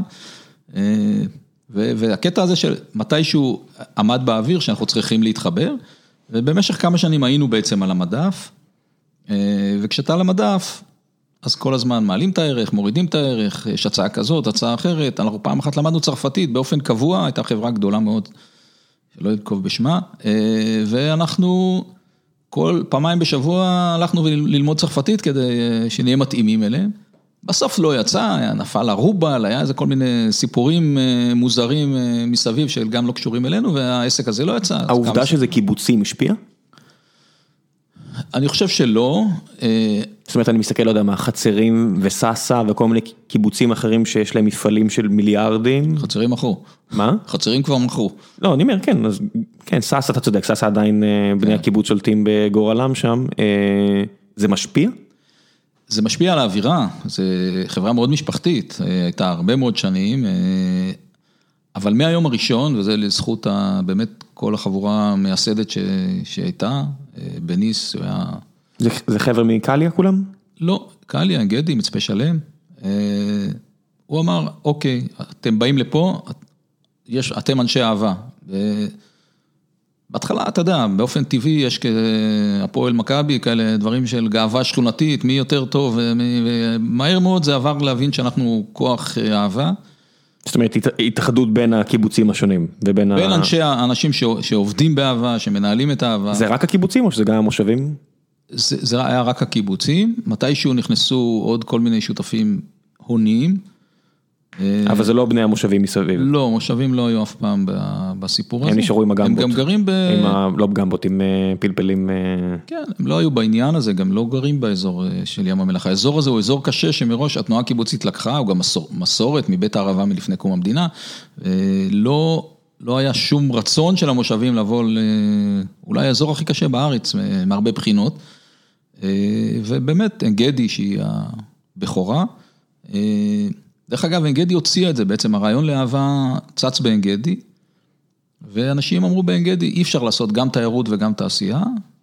והקטע הזה של מתישהו עמד באוויר שאנחנו צריכים להתחבר, ובמשך כמה שנים היינו בעצם על המדף, וכשאתה על המדף, אז כל הזמן מעלים את הערך, מורידים את הערך, יש הצעה כזאת, הצעה אחרת, אנחנו פעם אחת למדנו צרפתית באופן קבוע, הייתה חברה גדולה מאוד, שלא ינקוב בשמה, ואנחנו כל פעמיים בשבוע הלכנו ללמוד צרפתית כדי שנהיה מתאימים אליהם, בסוף לא יצא, נפל הרובל, היה איזה כל מיני סיפורים מוזרים מסביב של גם לא קשורים אלינו, והעסק הזה לא יצא. העובדה שזה קיבוצים השפיע? אני חושב שלא. זאת אומרת, אני מסתכל, לא יודע מה, חצרים וססה וכל מיני קיבוצים אחרים שיש להם מפעלים של מיליארדים. חצרים מכרו. מה? חצרים כבר מכרו. לא, אני אומר, כן, אז, כן, ססה, אתה צודק, ססה עדיין בני הקיבוץ שולטים בגורלם שם. זה משפיע? זה משפיע על האווירה, זו חברה מאוד משפחתית, הייתה הרבה מאוד שנים, אבל מהיום הראשון, וזה לזכות באמת כל החבורה המייסדת שהייתה, בניס, הוא היה... זה, זה חבר'ה מקליה כולם? לא, קליה, גדי, מצפה שלם. הוא אמר, אוקיי, אתם באים לפה, יש, אתם אנשי אהבה. בהתחלה, אתה יודע, באופן טבעי יש הפועל מכבי, כאלה דברים של גאווה שכונתית, מי יותר טוב, ומהר מאוד זה עבר להבין שאנחנו כוח אהבה. זאת אומרת, התאחדות בין הקיבוצים השונים, ובין בין אנשי, האנשים שעובדים באהבה, שמנהלים את האהבה. זה רק הקיבוצים או שזה גם המושבים? זה, זה היה רק הקיבוצים, מתישהו נכנסו עוד כל מיני שותפים הוניים, אבל זה לא בני המושבים מסביב. לא, מושבים לא היו אף פעם בסיפור הזה. הם נשארו עם הגמבות. הם גם גרים ב... עם ה... לא בגמבות, עם פלפלים. כן, הם לא היו בעניין הזה, גם לא גרים באזור של ים המלח. האזור הזה הוא אזור קשה שמראש התנועה הקיבוצית לקחה, הוא גם מסור... מסורת מבית הערבה מלפני קום המדינה. לא, לא היה שום רצון של המושבים לבוא ל... אולי האזור הכי קשה בארץ, מהרבה בחינות. ובאמת, אנגדי שהיא הבכורה, דרך אגב, אנגדי הוציאה את זה, בעצם הרעיון לאהבה צץ באנגדי, ואנשים אמרו באנגדי, אי אפשר לעשות גם תיירות וגם תעשייה,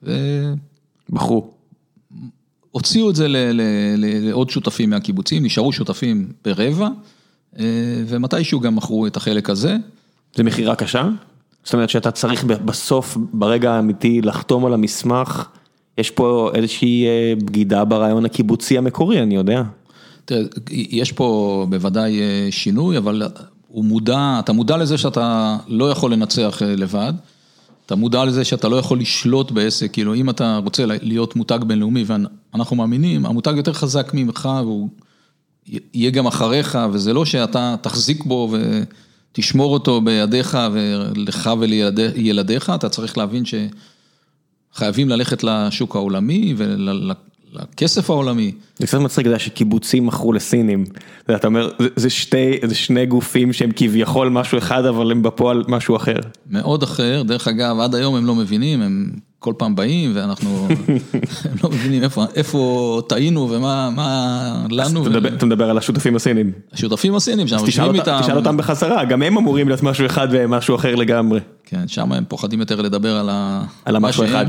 ובחרו. הוציאו את זה לעוד שותפים מהקיבוצים, נשארו שותפים ברבע, ומתישהו גם מכרו את החלק הזה. זה מחירה קשה? זאת אומרת שאתה צריך בסוף, ברגע האמיתי, לחתום על המסמך, יש פה איזושהי בגידה ברעיון הקיבוצי המקורי, אני יודע. תראה, יש פה בוודאי שינוי, אבל הוא מודע, אתה מודע לזה שאתה לא יכול לנצח לבד, אתה מודע לזה שאתה לא יכול לשלוט בעסק, כאילו אם אתה רוצה להיות מותג בינלאומי, ואנחנו מאמינים, המותג יותר חזק ממך, והוא יהיה גם אחריך, וזה לא שאתה תחזיק בו ותשמור אותו בידיך, ולך ולילדיך, אתה צריך להבין שחייבים ללכת לשוק העולמי, ול... לכסף העולמי. זה קצת מצחיק, זה שקיבוצים מכרו לסינים. אתה אומר, זה שתי, זה שני גופים שהם כביכול משהו אחד, אבל הם בפועל משהו אחר. מאוד אחר, דרך אגב, עד היום הם לא מבינים, הם כל פעם באים, ואנחנו, הם לא מבינים איפה, איפה טעינו, ומה, מה לנו. אתה מדבר על השותפים הסינים. השותפים הסינים, שאנחנו יושבים איתם. תשאל אותם בחזרה, גם הם אמורים להיות משהו אחד ומשהו אחר לגמרי. כן, שם הם פוחדים יותר לדבר על ה... על המשהו אחד.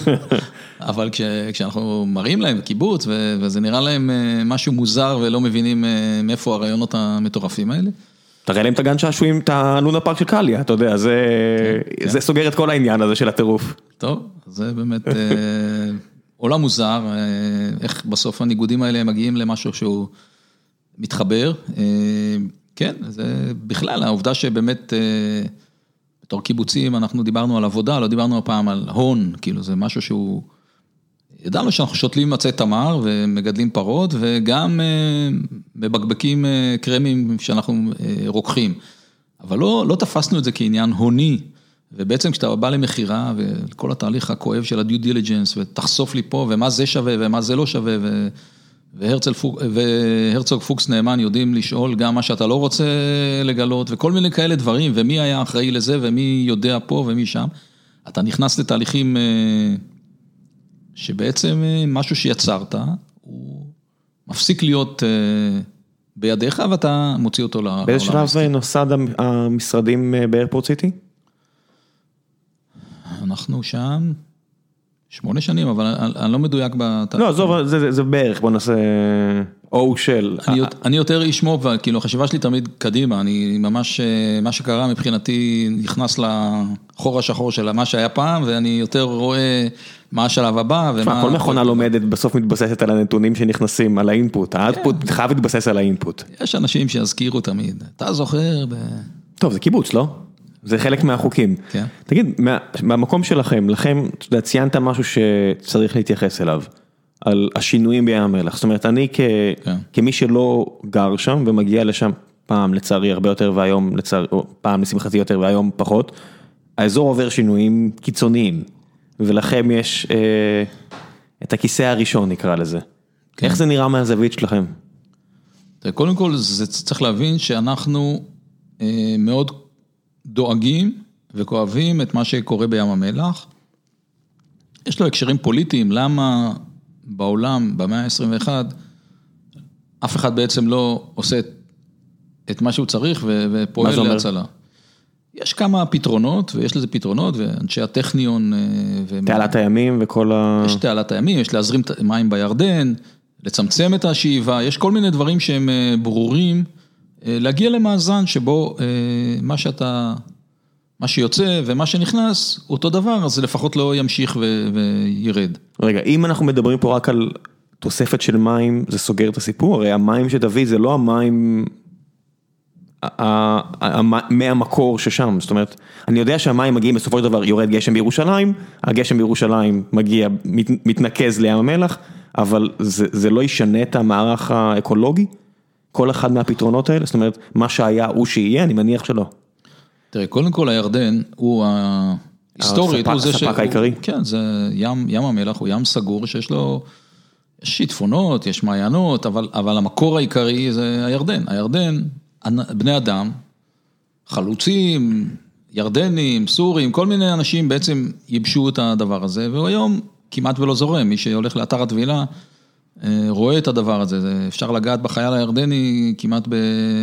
אבל כשאנחנו מראים להם קיבוץ, וזה נראה להם משהו מוזר, ולא מבינים מאיפה הרעיונות המטורפים האלה. תראה להם את הגן שעשועים, את הלונה פארק של קליה, אתה יודע, זה סוגר את כל העניין הזה של הטירוף. טוב, זה באמת עולם מוזר, איך בסוף הניגודים האלה מגיעים למשהו שהוא מתחבר. כן, זה בכלל, העובדה שבאמת... בתור קיבוצים אנחנו דיברנו על עבודה, לא דיברנו הפעם על הון, כאילו זה משהו שהוא, ידענו שאנחנו שותלים מצי תמר ומגדלים פרות, וגם מבקבקים קרמים שאנחנו רוקחים, אבל לא, לא תפסנו את זה כעניין הוני, ובעצם כשאתה בא למחירה, וכל התהליך הכואב של הדיו דיליג'נס, ותחשוף לי פה, ומה זה שווה, ומה זה לא שווה, ו... והרצוג פוקס נאמן יודעים לשאול גם מה שאתה לא רוצה לגלות, וכל מיני כאלה דברים, ומי היה אחראי לזה, ומי יודע פה ומי שם. אתה נכנס לתהליכים שבעצם משהו שיצרת, הוא מפסיק להיות בידיך, ואתה מוציא אותו לעולם. באיזה שלב נוסד המשרדים באיירפורט סיטי? אנחנו שם... שמונה שנים, אבל אני לא מדויק בתהליך. לא, זו, זה, זה בערך, בוא נעשה או של. אני, אני יותר איש מוב, כאילו, החשיבה שלי תמיד קדימה, אני ממש, מה שקרה מבחינתי נכנס לחור השחור של מה שהיה פעם, ואני יותר רואה מה השלב הבא. ומה... כל מכונה לומדת בסוף מתבססת על הנתונים שנכנסים, על האינפוט, האוטפוט חייב להתבסס על האינפוט. יש אנשים שיזכירו תמיד, אתה זוכר ב... טוב, זה קיבוץ, לא? זה חלק מהחוקים. כן. תגיד, מה, מהמקום שלכם, לכם, ציינת משהו שצריך להתייחס אליו, על השינויים בים המלח. זאת אומרת, אני כ, כן. כמי שלא גר שם ומגיע לשם פעם לצערי הרבה יותר והיום לצערי, או פעם לשמחתי יותר והיום פחות, האזור עובר שינויים קיצוניים, ולכם יש אה, את הכיסא הראשון נקרא לזה. כן. איך זה נראה מהזווית שלכם? קודם כל, זה צריך להבין שאנחנו אה, מאוד דואגים וכואבים את מה שקורה בים המלח. יש לו הקשרים פוליטיים, למה בעולם, במאה ה-עשרים ואחת, אף אחד בעצם לא עושה את מה שהוא צריך ופועל להצלה. יש כמה פתרונות, ויש לזה פתרונות, ואנשי הטכניון... תעלת הימים וכל ה... יש תעלת הימים, יש להזרים מים בירדן, לצמצם את השאיבה, יש כל מיני דברים שהם ברורים, להגיע למאזן שבו מה שאתה, מה שיוצא ומה שנכנס, אותו דבר, אז זה לפחות לא ימשיך ו- וירד. רגע, אם אנחנו מדברים פה רק על תוספת של מים, זה סוגר את הסיפור, הרי המים שתביא זה לא המים מהמקור ששם, זאת אומרת, אני יודע שהמים מגיעים בסופו של דבר, יורד גשם בירושלים, הגשם בירושלים מגיע, מתנקז לים המלח, אבל זה, זה לא ישנה את המערך האקולוגי? כל אחד מהפתרונות האלה? זאת אומרת, מה שהיה הוא שיהיה, אני מניח שלא. תראה, קודם כל הירדן הוא היסטורית, הוא זה ש... הספק העיקרי. כן, זה ים, ים המלח, הוא ים סגור שיש לו, יש שיטפונות, יש מעיינות, אבל, אבל המקור העיקרי זה הירדן. הירדן, בני אדם, חלוצים, ירדנים, סורים, כל מיני אנשים בעצם ייבשו את הדבר הזה, והוא היום כמעט ולא זורם, מי שהולך לאתר הטבילה, רואה את הדבר הזה, אפשר לגעת בחייל הירדני כמעט ב...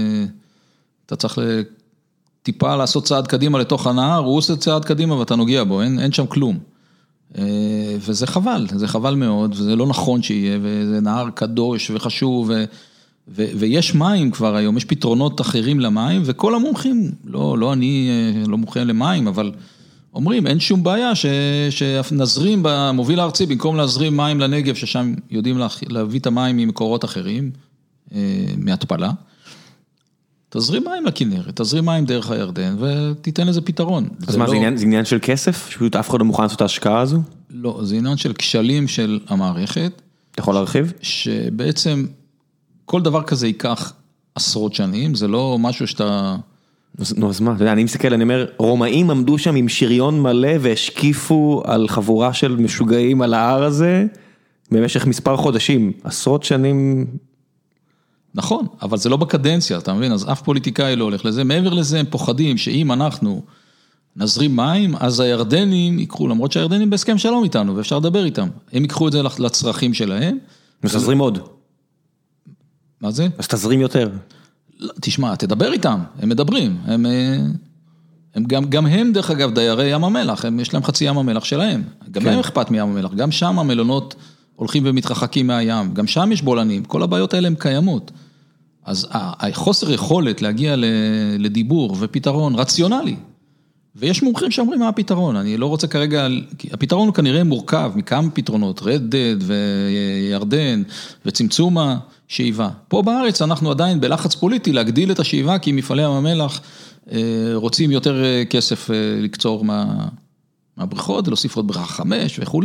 אתה צריך טיפה לעשות צעד קדימה לתוך הנהר, הוא עושה צעד קדימה ואתה נוגע בו, אין, אין שם כלום. וזה חבל, זה חבל מאוד, וזה לא נכון שיהיה, וזה נהר קדוש וחשוב, ו... ו- ויש מים כבר היום, יש פתרונות אחרים למים, וכל המומחים, לא, לא אני לא מומחה למים, אבל אומרים, אין שום בעיה ש- שנזרים במוביל הארצי, במקום להזרים מים לנגב, ששם יודעים לה- להביא את המים ממקורות אחרים, מהטפלה, תזרים מים לכנרת, תזרים מים דרך הירדן, ותיתן לזה פתרון. אז זה מה, לא... זה עניין, זה עניין של כסף? שפשוט אף אחד לא מוכן לעשות את ההשקעה הזו? לא, זה עניין של כשלים של המערכת. אתה יכול להרחיב? שבעצם... כל דבר כזה ייקח עשרות שנים, זה לא משהו שאתה... נו, אז מה, אתה יודע, אני מסתכל, אני אומר, רומאים עמדו שם עם שריון מלא והשקיפו על חבורה של משוגעים על ההר הזה, במשך מספר חודשים, עשרות שנים... נכון, אבל זה לא בקדנציה, אתה מבין? אז אף פוליטיקאי לא הולך לזה, מעבר לזה הם פוחדים שאם אנחנו נזרים מים, אז הירדנים יקחו, למרות שהירדנים בהסכם שלום איתנו, ואפשר לדבר איתם, הם ייקחו את זה לצרכים שלהם. ותזרים עוד. מה זה? אז תזרים יותר. תשמע, תדבר איתם, הם מדברים, הם, הם גם, גם הם דרך אגב דיירי ים המלח, הם, יש להם חצי ים המלח שלהם, גם כן. להם אכפת מים המלח, גם שם המלונות הולכים ומתרחקים מהים, גם שם יש בולענים, כל הבעיות האלה הן קיימות, אז החוסר יכולת להגיע לדיבור ופתרון רציונלי, ויש מומחים שאומרים מה הפתרון, אני לא רוצה כרגע, הפתרון הוא כנראה מורכב מכמה פתרונות, רדד וירדן וצמצום השאיבה. פה בארץ אנחנו עדיין בלחץ פוליטי להגדיל את השאיבה, כי מפעלי ים המלח רוצים יותר כסף לקצור מה, מהבריכות, להוסיף עוד בריכה חמש וכו'.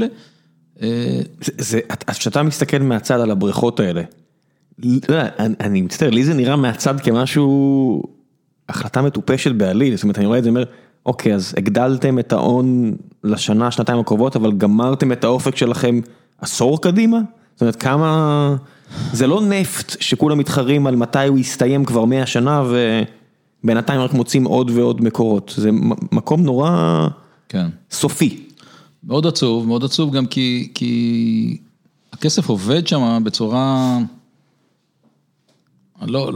זה, אז כשאתה מסתכל מהצד על הבריכות האלה, אני, אני מצטער, לי זה נראה מהצד כמשהו, החלטה מטופשת בעליל, זאת אומרת, אני רואה את זה, אומר, אוקיי, אז הגדלתם את ההון לשנה, שנתיים הקרובות, אבל גמרתם את האופק שלכם עשור קדימה? זאת אומרת, כמה... זה לא נפט שכולם מתחרים על מתי הוא יסתיים כבר מאה שנה, ובינתיים רק מוצאים עוד ועוד מקורות. זה מקום נורא כן. סופי. מאוד עצוב, מאוד עצוב גם כי, כי הכסף עובד שם בצורה... אני לא,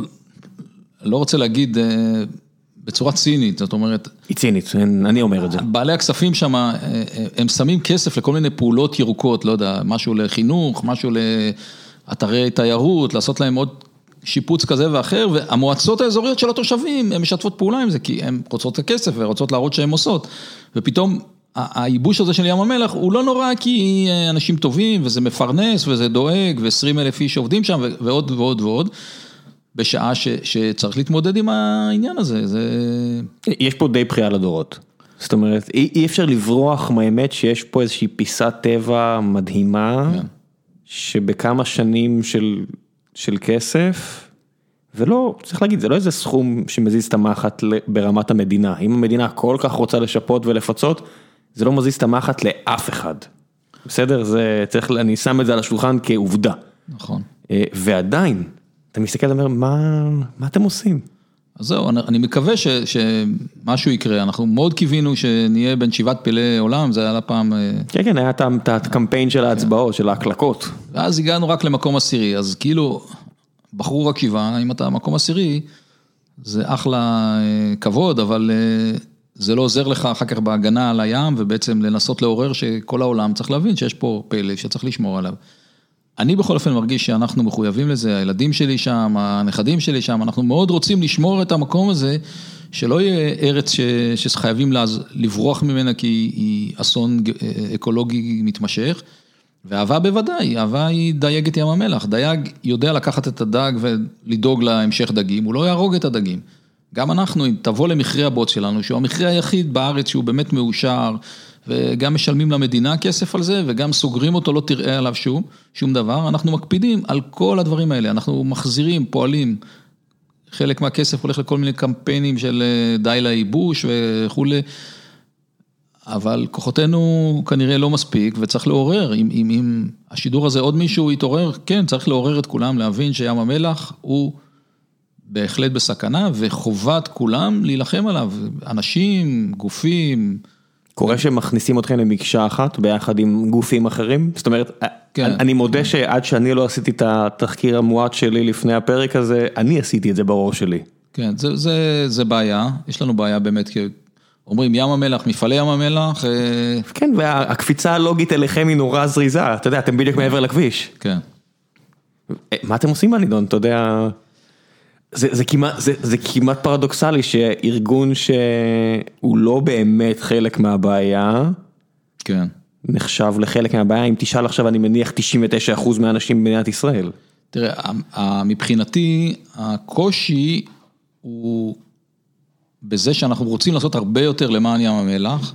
לא רוצה להגיד... בצורה צינית, זאת אומרת... היא צינית, אני אומר את זה. בעלי הכספים שם, הם שמים כסף לכל מיני פעולות ירוקות, לא יודע, משהו לחינוך, משהו לאתרי תיירות, לעשות להם עוד שיפוץ כזה ואחר, והמועצות האזוריות של התושבים, הן משתפות פעולה עם זה, כי הן רוצות את הכסף ורוצות להראות שהן עושות, ופתאום הייבוש הזה של ים המלח, הוא לא נורא כי אנשים טובים, וזה מפרנס, וזה דואג, ו-עשרים אלף איש עובדים שם, ועוד ועוד ועוד. בשעה ש, שצריך להתמודד עם העניין הזה, זה... יש פה די בחייה לדורות. זאת אומרת, אי, אי אפשר לברוח מהאמת שיש פה איזושהי פיסת טבע מדהימה, yeah. שבכמה שנים של, של כסף, ולא, צריך להגיד, זה לא איזה סכום שמזיז את המחט ברמת המדינה. אם המדינה כל כך רוצה לשפות ולפצות, זה לא מזיז את המחט לאף אחד. בסדר? זה צריך, אני שם את זה על השולחן כעובדה. נכון. ועדיין, אתה מסתכל ואומר, מה, מה אתם עושים? אז זהו, אני, אני מקווה ש, שמשהו יקרה, אנחנו מאוד קיווינו שנהיה בין שבעת פלאי עולם, זה היה לפעם... כן, כן, היה את הקמפיין של ההצבעות, של ההקלקות. ואז הגענו רק למקום עשירי, אז כאילו, בחרו רק שבעה, אם אתה מקום עשירי, זה אחלה כבוד, אבל זה לא עוזר לך אחר כך בהגנה על הים, ובעצם לנסות לעורר שכל העולם צריך להבין שיש פה פלא שצריך לשמור עליו. אני בכל אופן מרגיש שאנחנו מחויבים לזה, הילדים שלי שם, הנכדים שלי שם, אנחנו מאוד רוצים לשמור את המקום הזה, שלא יהיה ארץ ש, שחייבים לברוח ממנה, כי היא אסון אקולוגי מתמשך, ואהבה בוודאי, אהבה היא דייגת ים המלח, דייג יודע לקחת את הדג ולדאוג להמשך דגים, הוא לא יהרוג את הדגים. גם אנחנו, אם תבוא למכרה הבוץ שלנו, שהוא המכרה היחיד בארץ שהוא באמת מאושר, וגם משלמים למדינה כסף על זה, וגם סוגרים אותו, לא תראה עליו שום, שום דבר, אנחנו מקפידים על כל הדברים האלה, אנחנו מחזירים, פועלים חלק מהכסף הולך לכל מיני קמפיינים של די לייבוש וכו'. אבל כוחותינו כנראה לא מספיק, וצריך לעורר, אם, אם, אם השידור הזה עוד מישהו יתעורר, כן, צריך לעורר את כולם, להבין שים המלח הוא בהחלט בסכנה, וחובת כולם להילחם עליו, אנשים, גופים. קורה שמכניסים אתכם למקשה אחת, ביחד עם גופים אחרים? זאת אומרת, כן. אני מודה שעד שאני לא עשיתי את התחקיר המועט שלי לפני הפרק הזה, אני עשיתי את זה בראש שלי. כן, זה, זה, זה בעיה, יש לנו בעיה באמת, כי אומרים ים המלח, מפעלי ים המלח. כן, והקפיצה הלוגית אליכם היא נורא זריזה, אתה יודע, אתם בדיוק מעבר לכביש. כן. מה אתם עושים בנידון, אתה יודע, זה, זה, כמעט, זה, זה כמעט פרדוקסלי שארגון שהוא לא באמת חלק מהבעיה, כן. נחשב לחלק מהבעיה, אם תשאל עכשיו אני מניח תשעים ותשעה אחוז מהאנשים במדינת ישראל. תראה, מבחינתי הקושי הוא בזה שאנחנו רוצים לעשות הרבה יותר למען ים המלח,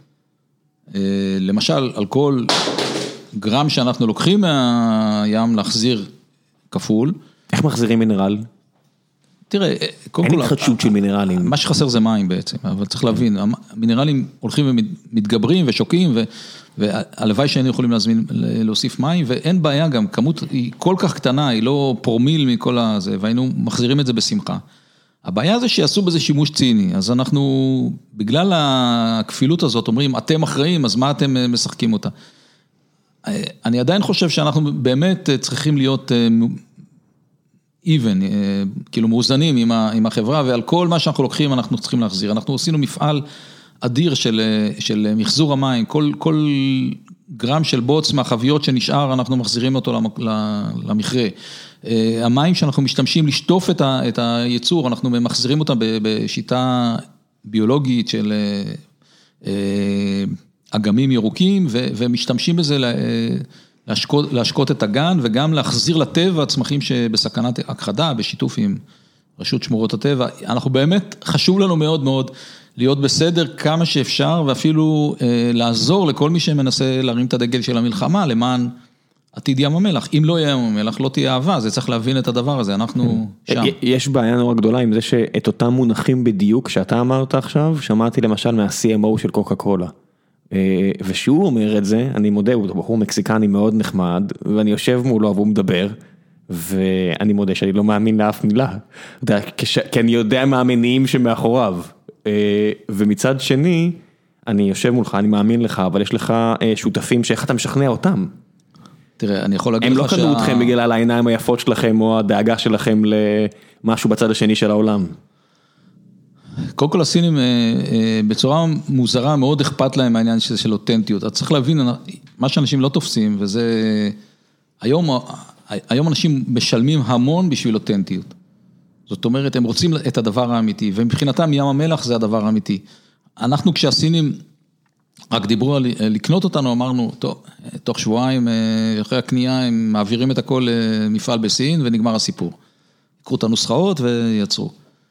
למשל על כל גרם שאנחנו לוקחים מהים להחזיר כפול. איך מחזירים מינרל? תראה, קודם כל, אין התחדשות של מינרלים. מה שחסר זה מים בעצם, אבל צריך להבין, המינרלים הולכים ומתגברים ושוקעים, והלוואי שהיינו יכולים להזמין, להוסיף מים, ואין בעיה גם, כמות היא כל כך קטנה, היא לא פרומיל מכל הזה, והיינו מחזירים את זה בשמחה. הבעיה זה שיעשו בזה שימוש ציני, אז אנחנו, בגלל הכפילות הזאת, אומרים, אתם אחראים, אז מה אתם משחקים אותה? אני עדיין חושב שאנחנו באמת צריכים להיות even, כאילו מאוזנים עם, עם החברה, ועל כל מה שאנחנו לוקחים אנחנו צריכים להחזיר. אנחנו עשינו מפעל אדיר של, של מחזור המים, כל, כל גרם של בוץ מהחביות שנשאר, אנחנו מחזירים אותו למכרה. המים שאנחנו משתמשים לשטוף את, ה, את היצור, אנחנו מחזירים אותם בשיטה ביולוגית של אגמים ירוקים, ו, ומשתמשים בזה להשקות, להשקות את הגן, וגם להחזיר לטבע צמחים שבסכנת הכחדה, בשיתוף עם רשות שמורות הטבע. אנחנו באמת, חשוב לנו מאוד מאוד להיות בסדר כמה שאפשר, ואפילו אה, לעזור לכל מי שמנסה להרים את הדגל של המלחמה, למען עתיד ים המלח. אם לא יהיה ים המלח, לא תהיה אהבה, זה צריך להבין את הדבר הזה, אנחנו שם. יש בעיה נורא גדולה עם זה שאת אותם מונחים בדיוק שאתה אמרת עכשיו, שמעתי למשל מה-סי אם או של קוקה קולה. ושהוא אומר את זה, אני מודה, הוא בחור מקסיקני מאוד נחמד, ואני יושב מולו והוא מדבר, ואני מודה שאני לא מאמין לאף מילה, כי אני יודע מה המניעים שמאחוריו, ומצד שני, אני יושב מולך, אני מאמין לך, אבל יש לך שותפים שאיך אתה משכנע אותם. תראה, אני יכול להגיד לך שה... הם לא קנו אתכם בגלל העיניים היפות שלכם, או הדאגה שלכם למשהו בצד השני של העולם. קודם כל הסינים בצורה מוזרה מאוד אכפת להם העניין של אותנטיות. אז צריך להבין, מה שאנשים לא תופסים, וזה, היום, היום אנשים משלמים המון בשביל אותנטיות. זאת אומרת, הם רוצים את הדבר האמיתי, ומבחינתם ים המלח זה הדבר האמיתי. אנחנו כשהסינים רק דיברו על לקנות אותנו, אמרנו, טוב, תוך שבועיים אחרי הקנייה הם מעבירים את הכל למפעל בסין ונגמר הסיפור. יקרו את הנוסחאות ויצרו.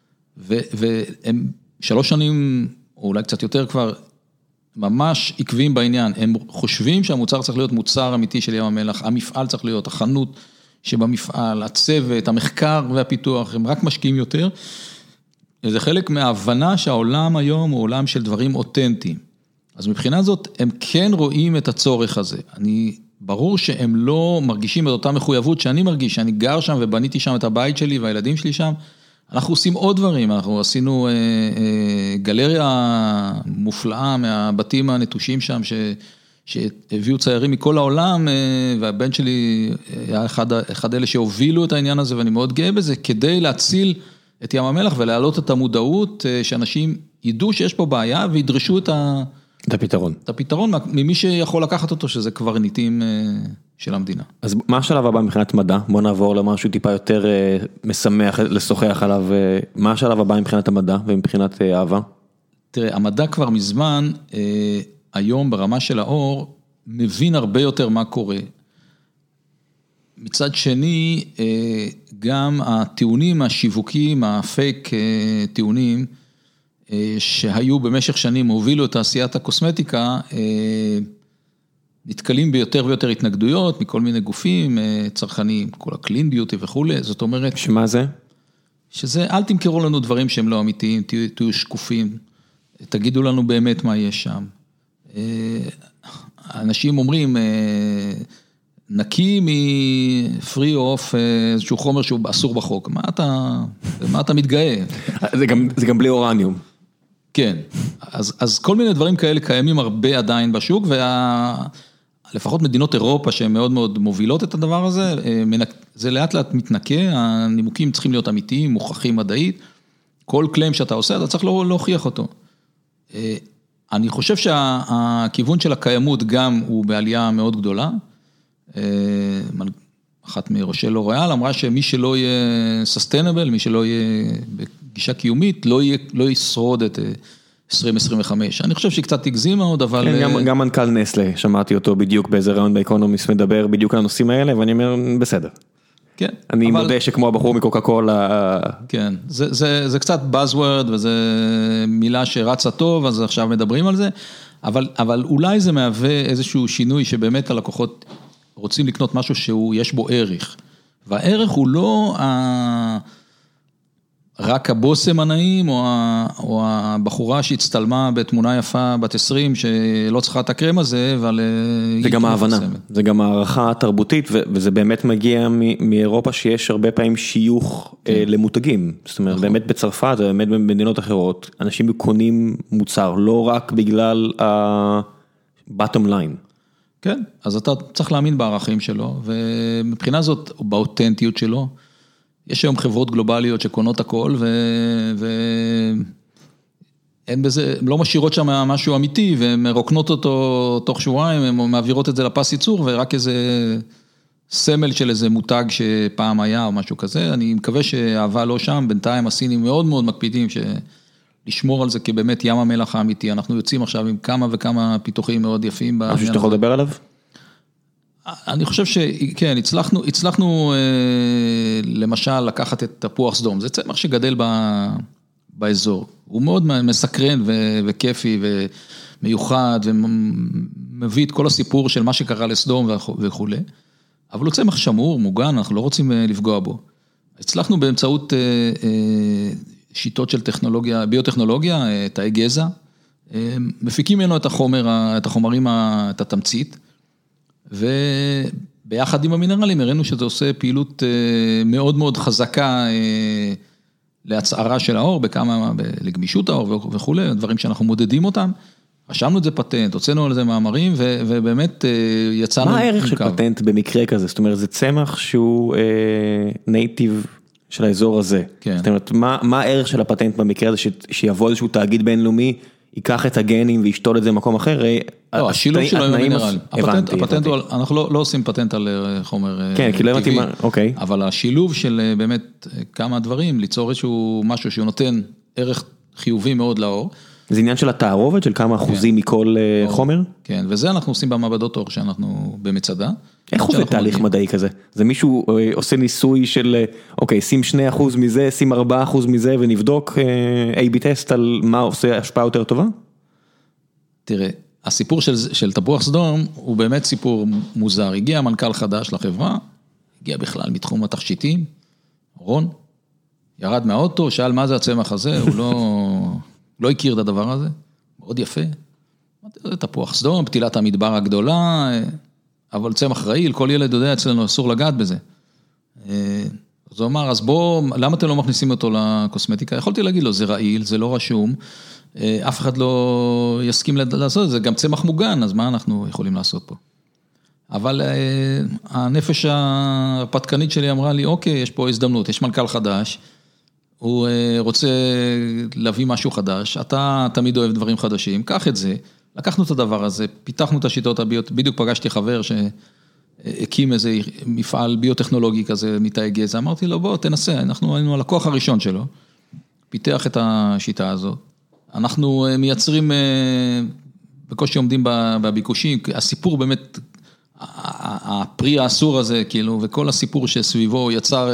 והם שלוש שנים, או אולי קצת יותר כבר, ממש עקביים בעניין. הם חושבים שהמוצר צריך להיות מוצר אמיתי של ים המלח, המפעל צריך להיות, החנות שבמפעל, הצוות, המחקר והפיתוח, הם רק משקיעים יותר. זה חלק מההבנה שהעולם היום הוא עולם של דברים אותנטיים. אז מבחינה זאת, הם כן רואים את הצורך הזה. אני, ברור שהם לא מרגישים את אותה מחויבות שאני מרגיש, שאני גר שם ובניתי שם את הבית שלי והילדים שלי שם. אנחנו עושים עוד דברים, אנחנו עשינו אה, אה, גלריה מופלאה מהבתים הנטושים שם, ש, שהביאו ציירים מכל העולם, אה, והבן שלי היה אחד, אחד אלה שהובילו את העניין הזה, ואני מאוד גאה בזה, כדי להציל את ים המלח ולהעלות את המודעות, אה, שאנשים ידעו שיש פה בעיה, וידרשו את ה... את הפתרון. את הפתרון, ממי שיכול לקחת אותו, שזה קברניטים של המדינה. אז מה השלב הבא מבחינת מדע? בוא נעבור למשהו טיפה יותר משמח, לשוחח עליו. מה השלב הבא מבחינת המדע ומבחינת אהבה? תראה, המדע כבר מזמן, היום ברמה של האור, מבין הרבה יותר מה קורה. מצד שני, גם הטיעונים השיווקיים, הפייק טיעונים, שהיו במשך שנים, הובילו את תעשיית הקוסמטיקה, נתקלים ביותר ויותר התנגדויות, מכל מיני גופים, צרכנים, כל הקלין ביוטי וכו'. זאת אומרת... שמה זה? שזה, אל תמכרו לנו דברים שהם לא אמיתיים, תהיו, תהיו שקופים, תגידו לנו באמת מה יש שם. אנשים אומרים, נקי מפרי אוף איזשהו חומר שהוא אסור בחוק, מה אתה, מה אתה מתגאה? זה גם, זה גם בלי אורניום. כן, אז, אז כל מיני דברים כאלה קיימים הרבה עדיין בשוק, ולפחות מדינות אירופה שהן מאוד מאוד מובילות את הדבר הזה, זה לאט לאט מתנקה, הנימוקים צריכים להיות אמיתיים, מוכחים מדעית, כל קליים שאתה עושה, אתה צריך להוכיח אותו. אני חושב שהכיוון של הקיימות גם הוא בעלייה מאוד גדולה, אחת מראשי לוריאל אמרה שמי שלא יהיה sustainable, מי שלא יהיה בגישה קיומית, לא, יהיה, לא ישרוד את עשרים עשרים וחמש. אני חושב שהיא קצת הגזימה עוד, אבל... כן, גם, גם מנכ"ל נסלה, שמעתי אותו בדיוק באיזה רעיון באקונומיסט מדבר בדיוק על הנושאים האלה, ואני אומר, בסדר. כן. אני אבל... מודה שכמו הבחור מקוקה קולה... כן, זה, זה, זה קצת buzzword, וזה מילה שרצה טוב, אז עכשיו מדברים על זה, אבל, אבל אולי זה מהווה איזשהו שינוי שבאמת הלקוחות רוצים לקנות משהו שהוא, יש בו ערך. והערך הוא לא ה... רק הבוסם הנעים, או, ה... או הבחורה שהצטלמה בתמונה יפה בת עשרים, שלא צריכה את הקרם הזה, אבל... זה גם ההבנה, זה גם הערכה תרבותית, וזה באמת מגיע מאירופה שיש הרבה פעמים שיוך למותגים. זאת אומרת, באמת בצרפת, באמת במדינות אחרות, אנשים קונים מוצר, לא רק בגלל ה-bottom line. כן, אז אתה צריך להאמין בערכים שלו, ומבחינה זאת, באותנטיות שלו, יש היום חברות גלובליות שקונות הכל, ואין בזה, לא משאירות שם משהו אמיתי, והן מרוקנות אותו תוך שבועיים, הן מעבירות את זה לפס ייצור, ורק איזה סמל של איזה מותג שפעם היה, או משהו כזה. אני מקווה שהאהבה לא שם, בינתיים הסינים מאוד מאוד מקפידים, לשמור על זה כבאמת ים המלח האמיתי. אנחנו יוצאים עכשיו עם כמה וכמה פיתוחים מאוד יפים. משהו שאתה יכול לדבר עליו? אני חושב שכן, הצלחנו, הצלחנו למשל לקחת את תפוח סדום, זה צמח שגדל באזור, הוא מאוד מסקרן וכיפי ומיוחד, ומביא את כל הסיפור של מה שקרה לסדום וכו', אבל הוא צמח שמור, מוגן, אנחנו לא רוצים לפגוע בו. הצלחנו באמצעות שיטות של טכנולוגיה, ביוטכנולוגיה, תאי גזע, מפיקים ממנו את החומר, את החומרים, את התמצית, וביחד עם המינרלים הראינו שזה עושה פעילות מאוד מאוד חזקה להצערה של האור, בכמה, לגמישות האור וכו', דברים שאנחנו מודדים אותם, רשמנו את זה פטנט, הוצאנו על זה מאמרים, ובאמת יצאנו... מה הערך של פטנט במקרה כזה? זאת אומרת, זה צמח שהוא נייטיב של האזור הזה. זאת אומרת, מה הערך של הפטנט במקרה הזה, שיבוא איזשהו תאגיד בינלאומי, ייקח את הגנים וישתול את זה במקום אחר? לא, השילוב שלו עם המינרל. הפטנט, אנחנו לא עושים פטנט על חומר טבעי, אבל השילוב של באמת כמה דברים, ליצור איזשהו משהו שהוא נותן ערך חיובי מאוד לאור. זה עניין של התערובת, של כמה אחוזים מכל חומר? כן, וזה אנחנו עושים במעבדות אור שאנחנו במצדה. איך עובד תהליך מדעי כזה? זה מישהו עושה ניסוי של, אוקיי, שים שני אחוז מזה, שים ארבעה אחוז מזה, ונבדוק איי בי טסט על מה עושה השפעה יותר טובה? תראה, הסיפור של, של תפוח סדום הוא באמת סיפור מוזר. הגיע מנכ"ל חדש לחברה, הגיע בכלל מתחום התכשיטים, רון, ירד מהאוטו, שאל מה זה הצמח הזה, הוא לא, לא הכיר את הדבר הזה, מאוד יפה. זה תפוח סדום, פתילת המדבר הגדולה, אבל צמח רעיל, כל ילד יודע אצלנו אסור לגעת בזה. אז הוא אמר, אז בוא, למה אתם לא מכניסים אותו לקוסמטיקה? יכולתי להגיד לו, זה רעיל, זה לא רשום, אף אחד לא יסכים לעשות את זה, גם צמח מוגן, אז מה אנחנו יכולים לעשות פה? אבל הנפש הפתקנית שלי אמרה לי, אוקיי, יש פה הזדמנות, יש מנכ"ל חדש, הוא רוצה להביא משהו חדש, אתה תמיד אוהב דברים חדשים, קח את זה, לקחנו את הדבר הזה, פיתחנו את השיטות הביוט, בדיוק פגשתי חבר שהקים איזה מפעל ביוטכנולוגי כזה, מתאי גזע, אמרתי לו, בוא, תנסה, אנחנו היינו הלקוח הראשון שלו, פיתח את השיטה הזאת, אנחנו מייצרים, בקושי עומדים בביקושים, הסיפור באמת, הפרי האסור הזה, כאילו, וכל הסיפור שסביבו יצר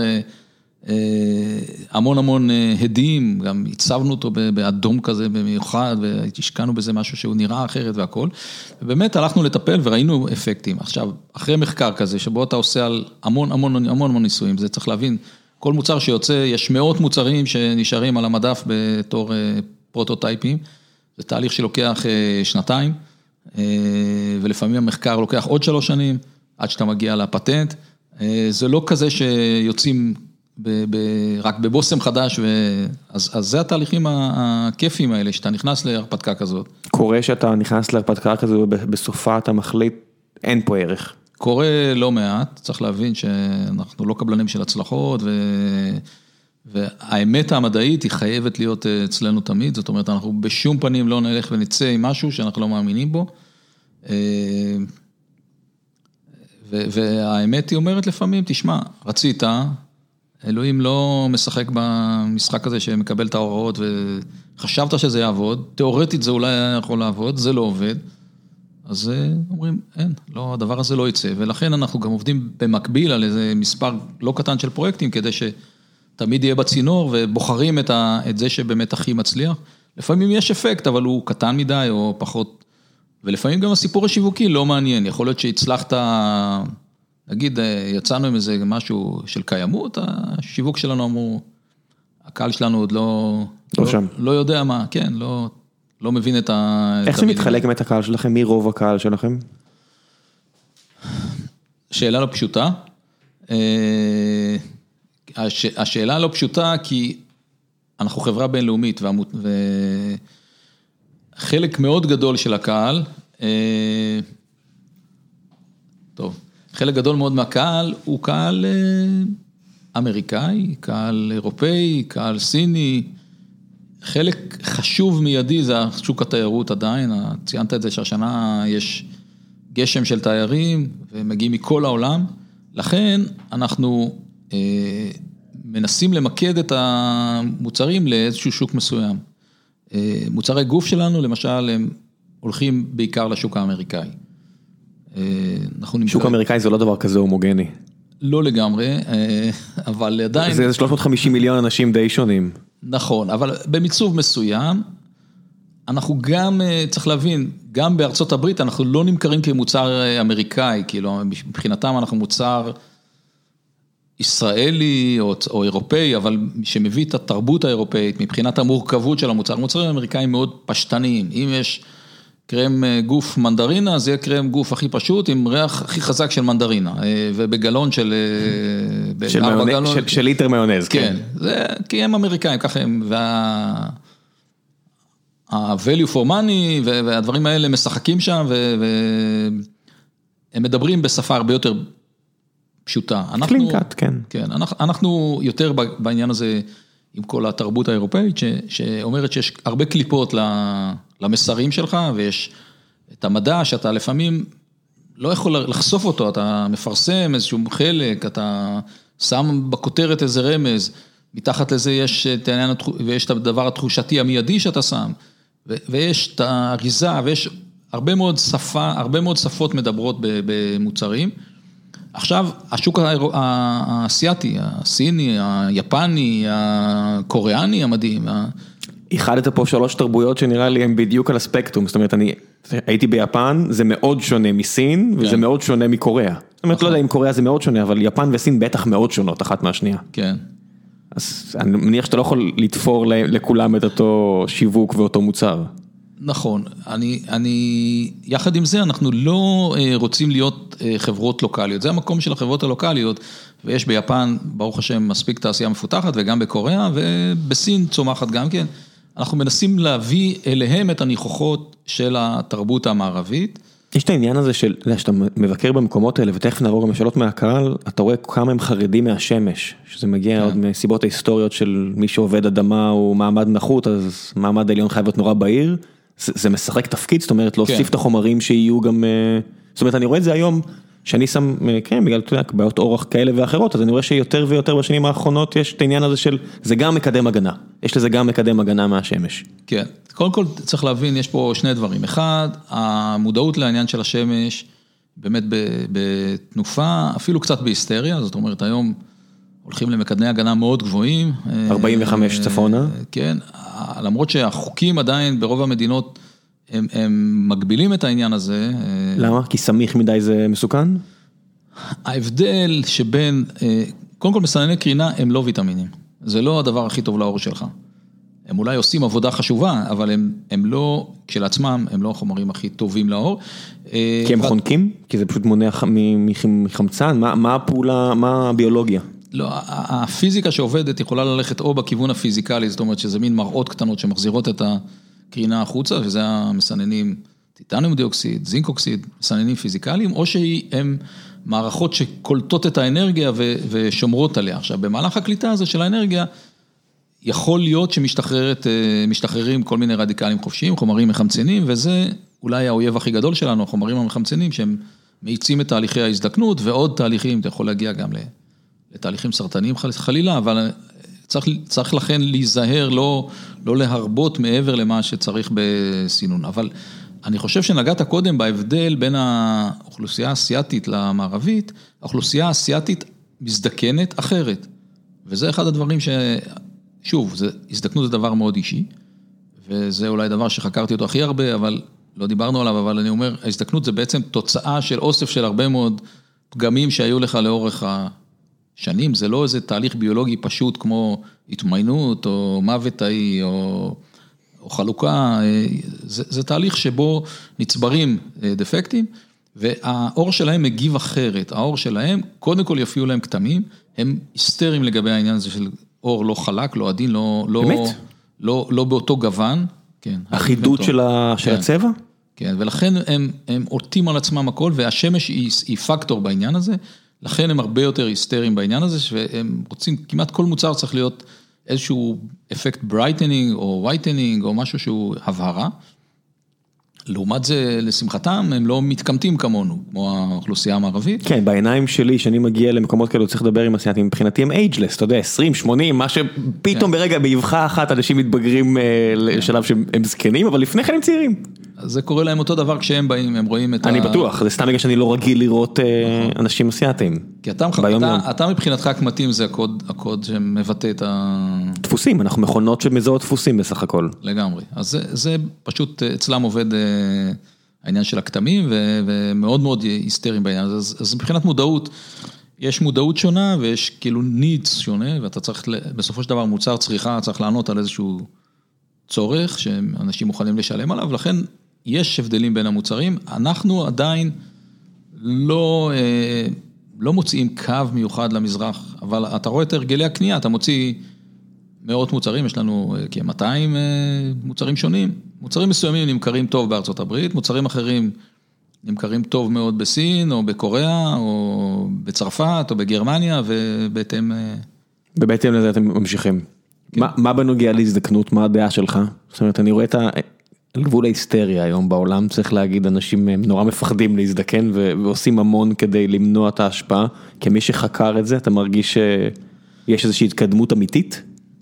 המון המון הדים, גם הצבנו אותו באדום כזה במיוחד, והשקענו בזה משהו שהוא נראה אחרת והכל, ובאמת הלכנו לטפל וראינו אפקטים. עכשיו, אחרי מחקר כזה, שבו אתה עושה על המון המון המון המון ניסויים, זה צריך להבין, כל מוצר שיוצא, יש מאות מוצרים שנשארים על המדף בתור פרוטוטייפים, זה תהליך שלוקח שנתיים, ולפעמים המחקר לוקח עוד שלוש שנים, עד שאתה מגיע לפטנט, זה לא כזה שיוצאים רק בבוסם חדש, אז זה התהליכים הכיפיים האלה, שאתה נכנס להרפתקה כזאת. קורה שאתה נכנס להרפתקה כזאת, בסופה אתה מחליט, אין פה ערך. קורה לא מעט, צריך להבין שאנחנו לא קבלנים של הצלחות, ו... והאמת המדעית היא חייבת להיות אצלנו תמיד, זאת אומרת, אנחנו בשום פנים לא נלך ונצא עם משהו שאנחנו לא מאמינים בו, והאמת היא אומרת לפעמים, תשמע, רצית, אלוהים לא משחק במשחק הזה שמקבל את ההוראות, וחשבת שזה יעבוד, תיאורטית זה אולי יכול לעבוד, זה לא עובד, אז אומרים, אין, לא, הדבר הזה לא יצא, ולכן אנחנו גם עובדים במקביל על איזה מספר לא קטן של פרויקטים, כדי שתמיד יהיה בצינור, ובוחרים את, ה, את זה שבאמת הכי מצליח. לפעמים יש אפקט, אבל הוא קטן מדי, או פחות, ולפעמים גם הסיפור השיווקי לא מעניין, יכול להיות שהצלחת, נגיד, יצאנו עם איזה משהו של קיימות, השיווק שלנו אמרו, הקהל שלנו עוד לא, לא, לא, שם. לא יודע מה, כן, לא... לא מבין את ה... איך זה מתחלק עם את הקהל שלכם? מי רוב הקהל שלכם? שאלה לא פשוטה. השאלה לא פשוטה כי אנחנו חברה בינלאומית, וחלק מאוד גדול של הקהל, טוב, חלק גדול מאוד מהקהל הוא קהל אמריקאי, קהל אירופאי, קהל סיני, חלק חשוב מיידי זה שוק התיירות עדיין, ציינת את זה שהשנה יש גשם של תיירים ומגיעים מכל העולם, לכן אנחנו אה, מנסים למקד את המוצרים לאיזשהו שוק מסוים. אה, מוצרי גוף שלנו למשל הם הולכים בעיקר לשוק האמריקאי. אה, אנחנו שוק האמריקאי זה לא דבר כזה הומוגני. לא לגמרי, אה, אבל עדיין... זה שלוש מאות וחמישים מיליון אנשים די שונים. נכון, אבל במיצוב מסוים, אנחנו גם, צריך להבין, גם בארצות הברית, אנחנו לא נמכרים כמוצר אמריקאי, כאילו, מבחינתם אנחנו מוצר ישראלי או, או אירופאי, אבל שמביא את התרבות האירופאית, מבחינת המורכבות של המוצר, מוצרים אמריקאים מאוד פשטניים, אם יש קרם גוף מנדרינה, זה יהיה קרם גוף הכי פשוט, עם ריח הכי חזק של מנדרינה, ובגלון של... של, מיונ... גלון, של, של ליטר מיונז, כן. כן, זה כי הם אמריקאים, ככה הם, וה... ה-value for money, והדברים האלה משחקים שם, והם מדברים בשפה הרבה יותר פשוטה. קלינקט, כן. כן, אנחנו יותר בעניין הזה, עם כל התרבות האירופאית, שאומרת שיש הרבה קליפות למסרים שלך, ויש את המדע שאתה לפעמים לא יכול לחשוף אותו, אתה מפרסם איזשהו חלק, אתה שם בכותרת איזה רמז, מתחת לזה יש את העניין, ויש את הדבר התחושתי המיידי שאתה שם, ויש את האריזה, ויש הרבה מאוד שפה, הרבה מאוד שפות מדברות במוצרים. עכשיו, השוק האסייתי, הסיני, היפני, הקוריאני המדהים. איחדת פה שלוש תרבויות שנראה לי הם בדיוק על הספקטרום, זאת אומרת, אני הייתי ביפן, זה מאוד שונה מסין, וזה מאוד שונה מקוריאה. זאת אומרת, לא יודע אם קוריאה זה מאוד שונה, אבל יפן וסין בטח מאוד שונות אחת מהשנייה. כן. אז אני מניח שאתה לא יכול לתפור לכולם את אותו שיווק ואותו מוצר. נכון, אני, אני, יחד עם זה אנחנו לא רוצים להיות חברות לוקליות, זה המקום של החברות הלוקליות, ויש ביפן, ברוך השם, מספיק תעשייה מפותחת, וגם בקוריאה, ובסין צומחת גם כן, אנחנו מנסים להביא אליהם את הניחוחות של התרבות המערבית. יש את העניין הזה של, שאתה מבקר במקומות האלה, ותכף נעבור גם לשאלות מהקהל, אתה רואה כמה הם חרדים מהשמש, שזה מגיע עוד מסיבות ההיסטוריות של מי שעובד אדמה הוא מעמד נחות, אז מעמד העליון חייב להיות נורא בעיר, זה, זה משחק תפקיד, זאת אומרת, להוסיף את החומרים שיהיו גם, זאת אומרת, אני רואה את זה היום, שאני שם, כן, בגלל, אתה יודע, בעיות אורח כאלה ואחרות, אז אני רואה שיותר ויותר בשנים האחרונות יש את העניין הזה של, זה גם מקדם הגנה, יש לזה גם מקדם הגנה מהשמש. כן, קודם כל צריך להבין, יש פה שני דברים. אחד, המודעות לעניין של השמש, באמת בתנופה, אפילו קצת בהיסטריה, זאת אומרת, היום הולכים למקדמי הגנה מאוד גבוהים. ארבעים וחמש צפונה. כן, למרות שהחוקים עדיין ברוב המדינות, הם, הם מגבילים את העניין הזה. למה? כי סמיך מדי זה מסוכן? ההבדל שבין, קודם כל מסנני קרינה הם לא ויטמינים, זה לא הדבר הכי טוב לעור שלך. הם אולי עושים עבודה חשובה, אבל הם, הם לא, כשלעצמם, הם לא החומרים הכי טובים לעור. כי הם חונקים? כי זה פשוט מונע מחמצן? מה, מה הפעולה, מה הביולוגיה? לא, הפיזיקה שעובדת יכולה ללכת או בכיוון הפיזיקלי, זאת אומרת שזה מין מראות קטנות שמחזירות את הקרינה החוצה, וזה המסננים טיטניום דיאוקסיד, זינק אוקסיד, מסננים פיזיקליים, או שהם מערכות שקולטות את האנרגיה ושומרות עליה. עכשיו, במהלך הקליטה הזה של האנרגיה, יכול להיות שמשתחררים כל מיני רדיקלים חופשיים, חומרים מחמצנים, וזה אולי האויב הכי גדול שלנו, החומרים המחמצנים, שהם מאיצים את תהליכי ההזדקנות, ועוד תהליכים, אתה יכול להגיע גם לתהליכים סרטניים חלילה, אבל צריך, צריך לכן להיזהר, לא, לא להרבות מעבר למה שצריך בסינון. אבל אני חושב שנגעת קודם בהבדל בין האוכלוסייה האסייתית למערבית, האוכלוסייה האסייתית מזדקנת אחרת, וזה אחד הדברים ש... שוב, זה, הזדקנות זה דבר מאוד אישי, וזה אולי דבר שחקרתי אותו הכי הרבה, אבל לא דיברנו עליו, אבל אני אומר, ההזדקנות זה בעצם תוצאה של אוסף של הרבה מאוד פגמים שהיו לך לאורך השנים, זה לא איזה תהליך ביולוגי פשוט כמו התמיינות, או מוות תאי, או, או חלוקה, זה, זה תהליך שבו נצברים דפקטים, והאור שלהם מגיב אחרת, האור שלהם, קודם כל יופיעו להם כתמים, הם היסטריים לגבי העניין הזה של אור לא חלק, לא עדין, לא, לא, לא, לא באותו גוון. כן. החידוד של, ה, של כן. הצבע? כן, ולכן הם, הם עוטים על עצמם הכל, והשמש היא, היא פקטור בעניין הזה, לכן הם הרבה יותר היסטריים בעניין הזה, והם רוצים, כמעט כל מוצר צריך להיות איזשהו אפקט ברייטנינג, או וייטנינג, או משהו שהוא הבהרה. לעומת זה, לשמחתם, הם לא מתקמטים כמונו, כמו האוכלוסייה המערבית. כן, בעיניים שלי, שאני מגיע למקומות כאלו, צריך לדבר עם אסייתים, מבחינתי הם אייג'לס, אתה יודע, עשרים, שמונים, מה שפתאום ברגע, באבחה אחת, אנשים מתבגרים לשלב שהם זקנים, אבל לפני כן הם צעירים. זה קורה להם אותו דבר כשהם באים, הם רואים את ה... אני בטוח, זה סתם בגלל שאני לא רגיל לראות אנשים אסייתיים. כי אתה מבחינתך הקמטים זה הקוד שמבטא את ה... דפוסים, אנחנו מכונות שמזהות דפוסים בסך הכל. לגמרי. אז זה פשוט אצלם עובד העניין של הכתמים, ומאוד מאוד היסטריים בעניין. אז מבחינת מודעות, יש מודעות שונה, ויש כאילו נידס שונה, ואתה צריך, בסופו של דבר, מוצר צריכה, צריך לענות על איזשהו צורך, שאנשים מוכנים לשלם עליו, לכן יש הבדלים בין המוצרים. אנחנו עדיין לא, לא מוציאים קו מיוחד למזרח, אבל אתה רואה את הרגלי הקנייה, אתה מוציא מאות מוצרים, יש לנו כ-מאתיים מוצרים שונים. מוצרים מסוימים נמכרים טוב בארצות הברית, מוצרים אחרים נמכרים טוב מאוד בסין, או בקוריאה, או בצרפת, או בגרמניה, ובהתאם... ובהתאם לזה אתם ממשיכים. כן. מה, מה בנוגע להזדקנות, מה הדעה שלך? זאת אומרת, אני רואה את ה... על גבול ההיסטריה היום בעולם, צריך להגיד, אנשים נורא מפחדים להזדקן, ועושים המון כדי למנוע את ההשפעה, כמי שחקר את זה, אתה מרגיש שיש איזושהי התקדמות אמיתית?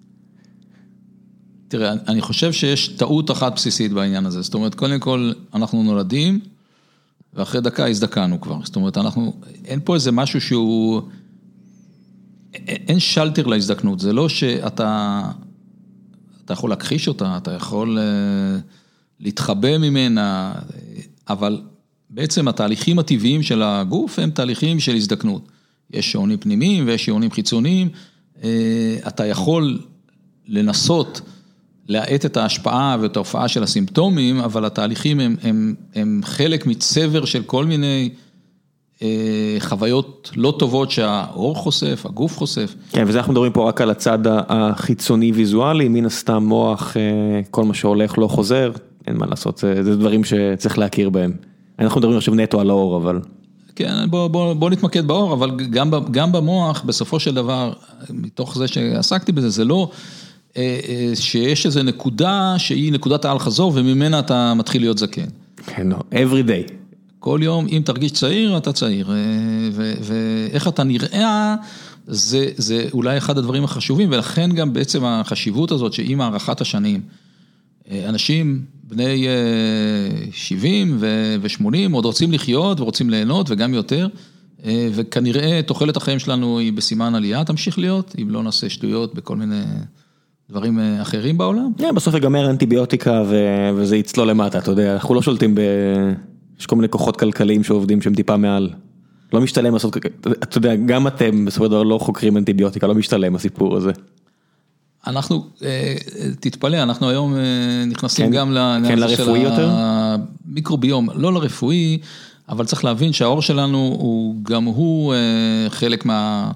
תראה, אני חושב שיש טעות אחת בסיסית בעניין הזה, זאת אומרת, קודם כל, אנחנו נולדים, ואחרי דקה הזדקנו כבר, זאת אומרת, אנחנו, אין פה איזה משהו שהוא, אין שלטר להזדקנות, זה לא שאתה, אתה יכול להכחיש אותה, אתה יכול להתחבא ממנה, אבל בעצם התהליכים הטבעיים של הגוף הם תהליכים של הזדקנות. יש שעונים פנימיים ויש שעונים חיצוניים, אתה יכול לנסות להאט את ההשפעה ואת ההופעה של הסימפטומים, אבל התהליכים הם, הם, הם חלק מצבר של כל מיני אה, חוויות לא טובות שהאור חושף, הגוף חושף. כן, וזה אנחנו מדברים פה רק על הצד החיצוני ויזואלי, מן הסתם מוח, אה, כל מה שהולך לא חוזר, אין מה לעשות, זה, זה דברים שצריך להכיר בהם. אנחנו מדברים עכשיו נטו על האור, אבל... כן, בוא, בוא, בוא נתמקד באור, אבל גם, גם במוח, בסופו של דבר, מתוך זה שעסקתי בזה, זה לא... שיש איזו נקודה שהיא נקודת העל חזור, וממנה אתה מתחיל להיות זקן. כן, no, every day. כל יום, אם תרגיש צעיר, אתה צעיר. ואיך אתה נראה, זה, זה אולי אחד הדברים החשובים, ולכן גם בעצם החשיבות הזאת, שעם הערכת השנים, אנשים בני שבעים ו-שמונים, עוד רוצים לחיות ורוצים ליהנות, וגם יותר, וכנראה תוחלת החיים שלנו היא בסימן עלייה, תמשיך להיות, אם לא נעשה שטויות בכל מיני... דברים אחרים בעולם? כן, בסוף יגמר אנטיביוטיקה וזה יצלול למטה, אתה יודע, אנחנו לא שולטים ב... יש כל מיני כוחות כלכליים שעובדים שהם טיפה מעל. לא משתלם לעשות, אתה יודע, גם אתם בסופו של דבר לא חוקרים אנטיביוטיקה, לא משתלם הסיפור הזה. אנחנו, תתפלא, אנחנו היום נכנסים גם כן, לרפואי יותר? המיקרוביום, לא לרפואי, אבל צריך להבין שהאור שלנו הוא גם הוא חלק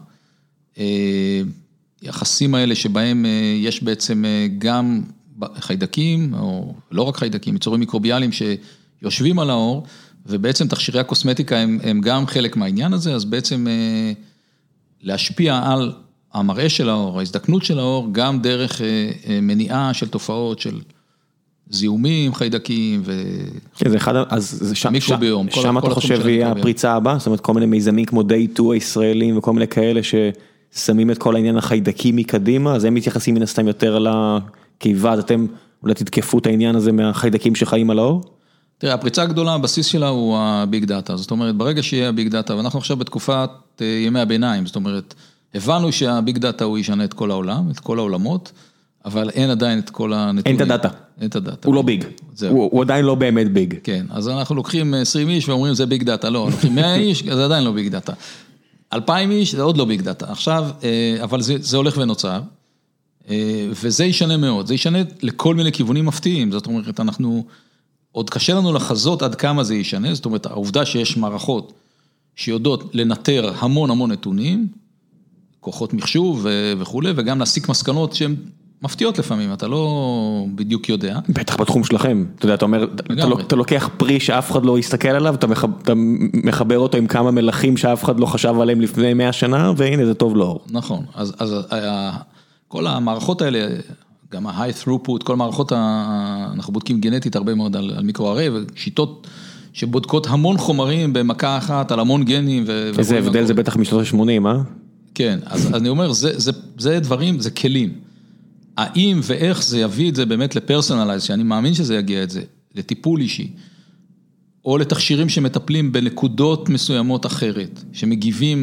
מהיחסים האלה שבהם יש בעצם גם חיידקים, או לא רק חיידקים, יצורים מיקרוביאליים שיושבים על האור, ובעצם תכשירי הקוסמטיקה הם, הם גם חלק מהעניין הזה, אז בעצם להשפיע על המראה של האור, ההזדקנות של האור, גם דרך מניעה של תופעות של זיהומים, חיידקים ו... כן, זה אחד, אז שם, מיקרוביום. שם, שם אתה חושב יהיה הפריצה הבאה? זאת אומרת, כל מיני מיזמים כמו דיי טו הישראלים וכל מיני כאלה ששמים את כל העניין החיידקים מקדימה, אז הם מתייחסים מן הסתם יותר לקיבה, אז אתם אולי תתקפו את העניין הזה מהחיידקים שחיים על האור? תראה, הפריצה הגדולה, הבסיס שלה הוא הביג דאטה, זאת אומרת, ברגע שיהיה הביג דאטה, ואנחנו עכשיו בתקופת ימי הביניים, זאת אומרת, הבנו שהביג דאטה הוא ישנה את כל העולם, את כל העולמות, אבל אין עדיין את כל הנתונים. אין את הדאטה. אין את הדאטה. הוא לא ביג. הוא, הוא עדיין לא באמת ביג. כן, אז אנחנו לוקחים עשרים איש ואומרים זה ביג דאטה, לא, לוקחים מאה איש, זה עדיין לא ביג דאטה. אלפיים איש, זה עוד לא ביג דאטה. עכשיו, אבל זה, זה הולך ונוצר, וזה ישנה מאוד, זה ישנה לכל מיני כיוונים מפתיעים, זאת אומרת, אנחנו, עוד קשה לנו לחזות עד כמה זה ישנה, זאת אומרת, העובדה שיש מערכות שיודעות לנטר המון המון נתונים, כוחות מחשוב וכו', וגם להסיק מסקנות שהן מפתיעות לפעמים, אתה לא בדיוק יודע. בטח בתחום שלכם, אתה יודע, אתה אומר, אתה לוקח פרי שאף אחד לא יסתכל עליו, אתה מחבר אותו עם כמה מלכים שאף אחד לא חשב עליהם לפני מאה שנה, והנה זה טוב לאור. נכון, אז כל המערכות האלה, גם ה-high throughput, כל מערכות, אנחנו בודקים גנטית הרבה מאוד על מיקרו-ארי, ושיטות שבודקות המון חומרים במכה אחת, על המון גנים. איזה הבדל זה בטח משנות ה-שמונים, אה? כן, אז אני אומר, זה דברים, זה כלים. האם ואיך זה יביא את זה באמת לפרסונלייז, שאני מאמין שזה יגיע את זה, לטיפול אישי, או לתכשירים שמטפלים בנקודות מסוימות אחרת, שמגיבים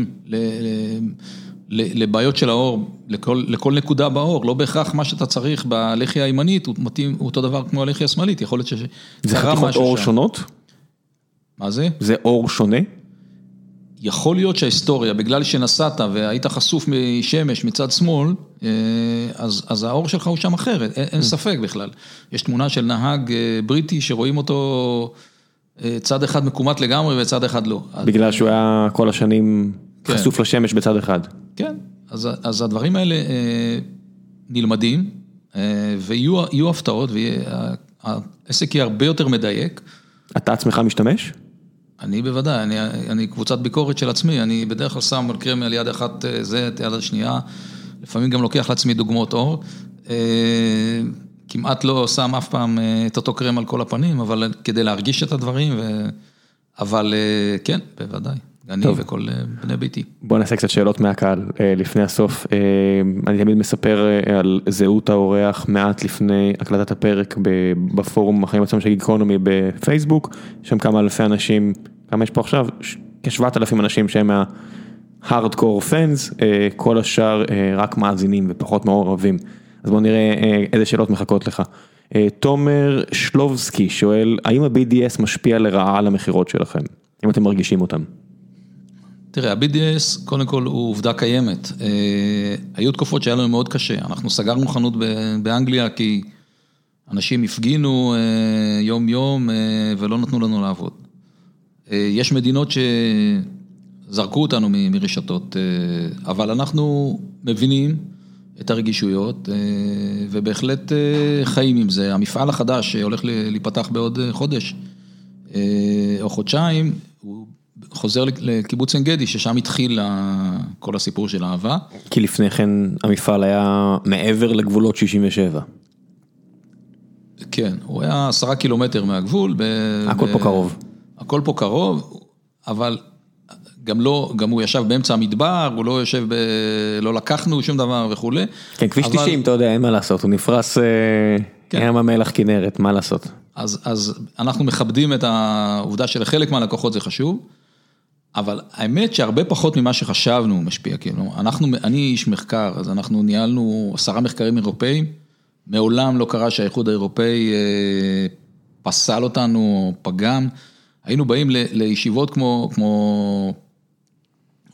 לבעיות של האור, לכל, לכל נקודה באור, לא בהכרח מה שאתה צריך בלחי הימנית, הוא מתאים אותו דבר כמו הלחי השמאלית, יכול להיות שזה... זה חתיכות אור שונות? מה זה? זה אור שונה? יכול להיות שההיסטוריה, בגלל שנסעת והיית חשוף משמש מצד שמאל, אז, אז האור שלך הוא שם אחרת, אין, אין ספק בכלל. יש תמונה של נהג בריטי שרואים אותו צד אחד מקומט לגמרי וצד אחד לא. בגלל שהוא היה כל השנים כן. חשוף לשמש בצד אחד. כן, אז, אז הדברים האלה נלמדים, ויהיו הפתעות, והעסק יהיה הרבה יותר מדייק. אתה עצמך משתמש? אני בוודאי, אני, אני קבוצת ביקורת של עצמי, אני בדרך כלל שם קרם על יד אחת זה, יד השנייה, לפעמים גם לוקח לעצמי דוגמאות אור, כמעט לא שם אף פעם את אותו קרם על כל הפנים, אבל כדי להרגיש את הדברים, ו... אבל כן, בוודאי, אני טוב. וכל בני ביתי. בוא נעשה קצת שאלות מהקהל לפני הסוף, אני תמיד מספר על זהות האורח מעט לפני הקלטת הפרק בפורום החיים עצמם של גיקונומי בפייסבוק, שם כמה אלפי אנשים, כמה יש פה עכשיו? כשבעת אלפים אנשים שהם מה-hardcore fans, כל השאר רק מאזינים ופחות מעורבים, אז בואו נראה איזה שאלות מחכות לך. תומר שלובסקי שואל, האם ה-בי די אס משפיע לרעה על המחירות שלכם? אם אתם מרגישים אותם? תראה, ה-בי די אס קודם כל הוא עובדה קיימת. היו תקופות שהיה לנו מאוד קשה. אנחנו סגרנו חנות באנגליה כי אנשים הפגינו יום יום ולא נתנו לנו לעבוד. יש מדינות שזרקו אותנו מרשתות, אבל אנחנו מבינים את הרגישויות ובהחלט חיים עם זה. המפעל החדש שהולך להיפתח בעוד חודש או חודשיים, הוא חוזר לקיבוץ עין גדי, ששם התחיל כל הסיפור של האהבה. כי לפני כן המפעל היה מעבר לגבולות שישים ושבע. כן, הוא היה עשרה קילומטר מהגבול. הכל פה קרוב. הכל פה קרוב, אבל גם לא, גם הוא ישב באמצע המדבר, הוא לא יושב ב... לא לקחנו שום דבר וכו'. כן, כביש תשעים, אתה יודע, אין מה לעשות, הוא נפרס ים המלח כנרת, מה לעשות? אז, אז אנחנו מכבדים את העובדה שלחלק מהלקוחות זה חשוב, אבל האמת שהרבה פחות ממה שחשבנו משפיע, כאילו, אנחנו, אני איש מחקר, אז אנחנו ניהלנו עשרה מחקרים אירופאים, מעולם לא קרה שהאיחוד האירופאי אה, פסל אותנו, פגם, היינו באים ל, לישיבות כמו, כמו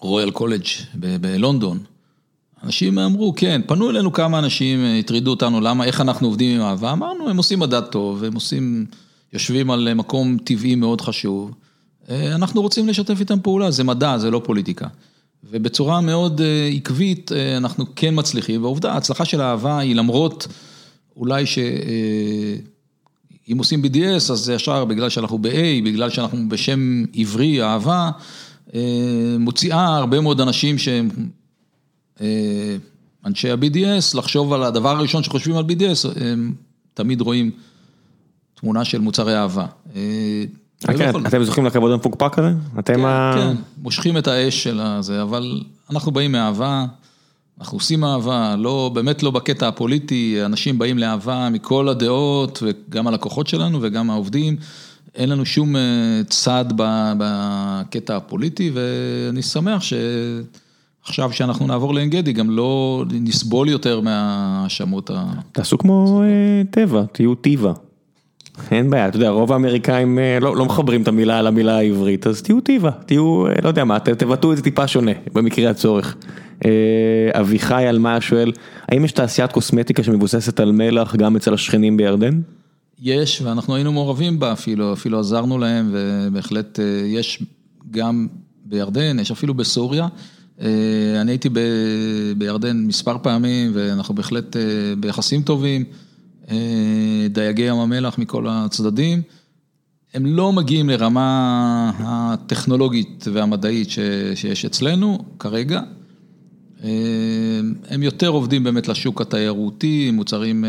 רויאל קולג' בלונדון, אנשים אמרו, כן, פנו אלינו כמה אנשים, הטרידו אותנו, למה, איך אנחנו עובדים עם אהבה, אמרנו, הם עושים מדע טוב, הם עושים, יושבים על מקום טבעי מאוד חשוב, אנחנו רוצים לשתף איתם פעולה, זה מדע, זה לא פוליטיקה. ובצורה מאוד עקבית, אנחנו כן מצליחים, והעובדה, ההצלחה של האהבה היא למרות, אולי שאם עושים בי די אס, אז זה ישר בגלל שאנחנו ב-A, בגלל שאנחנו בשם עברי, אהבה, מוציאה הרבה מאוד אנשים שהם אנשי ה-בי די אס, לחשוב על הדבר הראשון שחושבים על בי די אס, הם תמיד רואים תמונה של מוצרי אהבה. אתם זוכים לכבוד המפוקפק הזה? כן, כן, מושכים את האש של זה, אבל אנחנו באים מאהבה, אנחנו עושים אהבה, באמת לא בקטע הפוליטי, אנשים באים לאהבה מכל הדעות, וגם הלקוחות שלנו וגם העובדים, אין לנו שום צד בקטע הפוליטי, ואני שמח שעכשיו שאנחנו נעבור לאנגדי, גם לא נסבול יותר מהשמות ה... תעשו כמו טבע, תהיו טבע. אין בעיה, אתה יודע, רוב האמריקאים לא, לא מחברים את המילה על המילה העברית, אז תהיו טבע, תהיו, לא יודע מה, תבטאו את זה טיפה שונה, במקרה הצורך. אביחי על מה שואל, האם יש תעשיית קוסמטיקה שמבוססת על מלח גם אצל השכנים בירדן? יש, ואנחנו היינו מעורבים בה אפילו, אפילו עזרנו להם, ובהחלט יש גם בירדן, יש אפילו בסוריה. אני הייתי ב, בירדן מספר פעמים, ואנחנו בהחלט ביחסים טובים, דייגי ים המלח מכל הצדדים, הם לא מגיעים לרמה הטכנולוגית והמדעית שיש אצלנו כרגע, הם יותר עובדים באמת לשוק התיירותי, מוצרים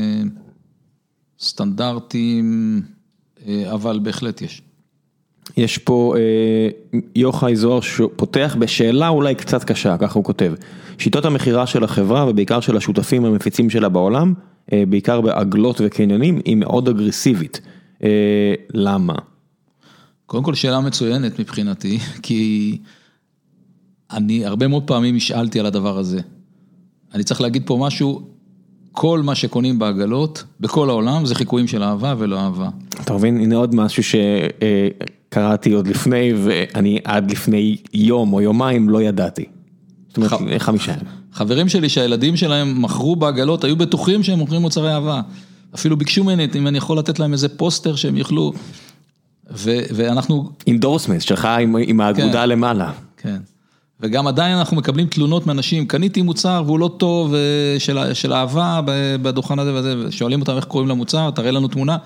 סטנדרטיים, אבל בהחלט יש. יש פה יוחאי זוהר שפותח בשאלה אולי קצת קשה, ככה הוא כותב, שיטות המחירה של החברה ובעיקר של השותפים המפיצים שלה בעולם, בעיקר בעגלות וקניונים, היא מאוד אגרסיבית. למה? קודם כל שאלה מצוינת מבחינתי, כי אני הרבה מאוד פעמים השאלתי על הדבר הזה. אני צריך להגיד פה משהו, כל מה שקונים בעגלות, בכל העולם, זה חיקויים של אהבה ולא אהבה. אתה מבין, הנה עוד משהו שקראתי עוד לפני, ואני עד לפני יום או יומיים לא ידעתי. זאת אומרת, חמישה. חברים שלי שהילדים שלהם מכרו בעגלות, היו בטוחים שהם מוכרים מוצרי אהבה. אפילו ביקשו ממני, אם אני יכול לתת להם איזה פוסטר שהם יוכלו. ואנחנו... אינדורסמנט, שלך עם האגודה למעלה. כן. וגם עדיין אנחנו מקבלים תלונות מאנשים, קניתי מוצר והוא לא טוב, של, של אהבה בדוכן הזה וזה, ושואלים אותם איך קוראים למוצר, תראה לנו תמונה,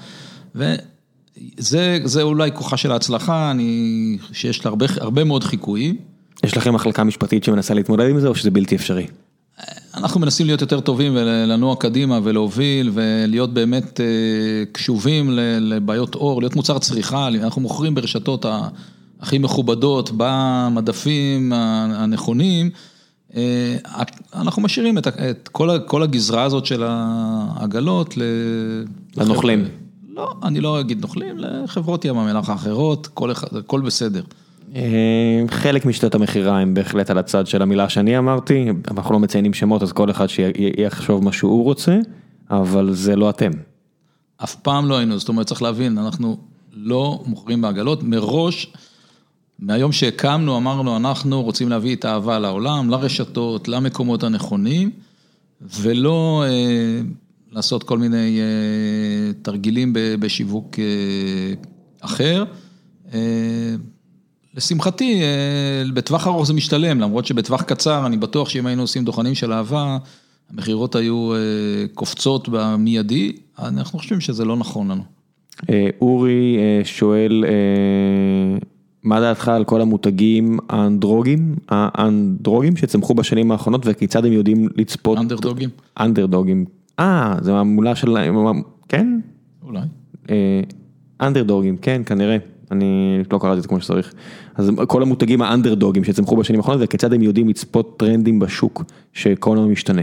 וזה זה אולי כוחה של ההצלחה, אני, שיש לה הרבה, הרבה מאוד חיקויים. יש לכם מחלקה משפטית שמנסה להתמודד עם זה, או שזה בלתי אפשרי? אנחנו מנסים להיות יותר טובים ולנוע קדימה ולהוביל, ולהיות באמת קשובים לבעיות אור, להיות מוצר צריכה, אנחנו מוכרים ברשתות הכי מכובדות, במדפים הנכונים, אנחנו משאירים את כל הגזרה הזאת של העגלות לנוכלים. לא, אני לא אגיד נוכלים, לחברות ים המלח האחרות, כל בסדר. חלק משתת המחירה הם בהחלט על הצד של המילה שאני אמרתי, אנחנו לא מציינים שמות, אז כל אחד שיחשוב מה שהוא רוצה, אבל זה לא אתם. אף פעם לא היינו, זאת אומרת, צריך להבין, אנחנו לא מוכרים בעגלות, מראש, מהיום שהקמנו, אמרנו, אנחנו רוצים להביא את האהבה לעולם, לרשתות, למקומות הנכונים, ולא אה, לעשות כל מיני אה, תרגילים בשיווק אה, אחר. אה, לשמחתי, אה, בטווח ארוך זה משתלם, למרות שבטווח קצר, אני בטוח שאם היינו עושים דוכנים של אהבה, המחירות היו אה, קופצות במיידי, אנחנו חושבים שזה לא נכון לנו. אה, אורי אה, שואל... אה... מה דעתך על כל המותגים האנדרוגים, האנדרוגים שצמחו בשנים האחרונות, וכיצד הם יודעים לצפות... אנדרדוגים. אנדרדוגים. אה, זה מהמולה של... כן? אולי. אנדרדוגים, כן, כנראה. אני לא קראתי את זה כמו שצריך. אז כל המותגים האנדרדוגים שצמחו בשנים האחרונות, וכיצד הם יודעים לצפות טרנדים בשוק, שכל הזמן משתנה.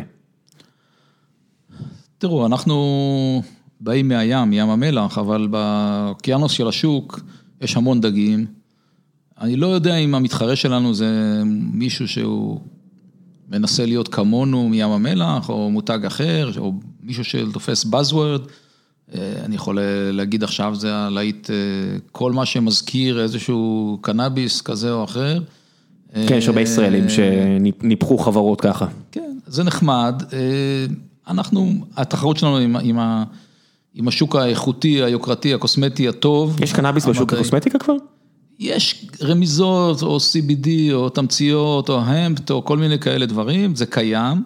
תראו, אנחנו באים מהים, ים המלח, אבל באוקיינוס של השוק יש המון דגים. אני לא יודע אם המתחרה שלנו זה מישהו שהוא מנסה להיות כמונו מים המלח, או מותג אחר, או מישהו שתופס buzzword. אני יכול להגיד עכשיו, זה להיט כל מה שמזכיר איזשהו קנאביס כזה או אחר. כן, יש הרבה ישראלים שניפחו חברות ככה. כן, זה נחמד. אנחנו, התחרות שלנו עם, עם, ה, עם השוק האיכותי, היוקרתי, הקוסמטי הטוב. יש קנאביס בשוק הקוסמטיקה כבר? יש רמיזות, או סי בי די, או תמציות, או המפט, או כל מיני כאלה דברים, זה קיים.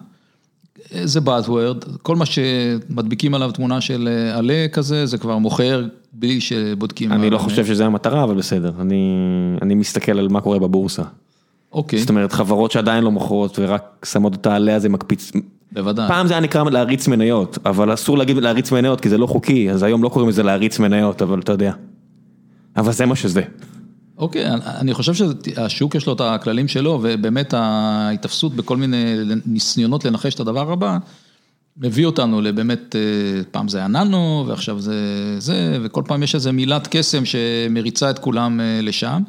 זה buzzword, כל מה שמדביקים עליו תמונה של עלה כזה, זה כבר מוכר בלי שבודקים. אני לא חושב שזה המטרה, אבל בסדר. אני, אני מסתכל על מה קורה בבורסה. אוקיי. זאת אומרת, חברות שעדיין לא מוכרות, ורק שמות אותה עליה, זה מקפיץ. בוודאי. פעם זה היה נקרא להריץ מניות, אבל אסור להגיד להריץ מניות, כי זה לא חוקי, אז היום לא קוראים לזה להריץ מניות, אבל אתה יודע. אבל זה מה שזה. אוקיי, אני חושב שהשוק יש לו את הכללים שלו, ובאמת ההתאפסות בכל מיני ניסיונות לנחש את הדבר הבא, מביא אותנו לבאמת, פעם זה הננו, ועכשיו זה זה, וכל פעם יש איזו מילת קסם שמריצה את כולם לשם,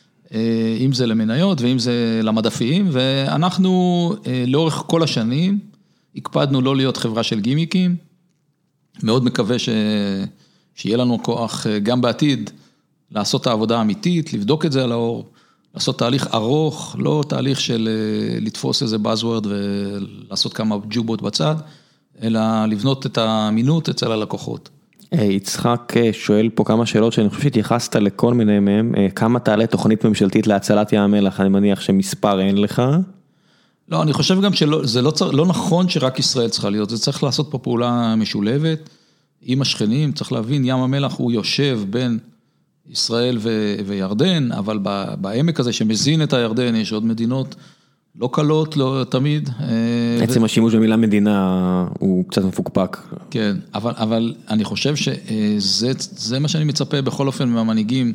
אם זה למניות ואם זה למדפים, ואנחנו לאורך כל השנים, הקפדנו לא להיות חברה של גימיקים, מאוד מקווה ש... שיהיה לנו כוח גם בעתיד, לעשות את העבודה האמיתית, לבדוק את זה על האור, לעשות תהליך ארוך, לא תהליך של לתפוס איזה buzzword ולעשות כמה ג'ובות בצד, אלא לבנות את האמינות אצל הלקוחות. יצחק שואל פה כמה שאלות שאני חושב שהתייחסת לכל מיני מהם, כמה תעלה תוכנית ממשלתית להצלת ים המלח, אני מניח שמספר אין לך? לא, אני חושב גם שזה לא, לא נכון שרק ישראל צריכה להיות, זה צריך לעשות פה פעולה משולבת, עם השכנים, צריך להבין, ים המלח הוא יושב בין ישראל ו- וירדן, אבל בעמק הזה שמזין את הירדן, יש עוד מדינות לא קלות, לא תמיד. עצם ו... השימוש במילה מדינה הוא קצת מפוקפק. כן, אבל, אבל אני חושב שזה זה מה שאני מצפה בכל אופן מהמנהיגים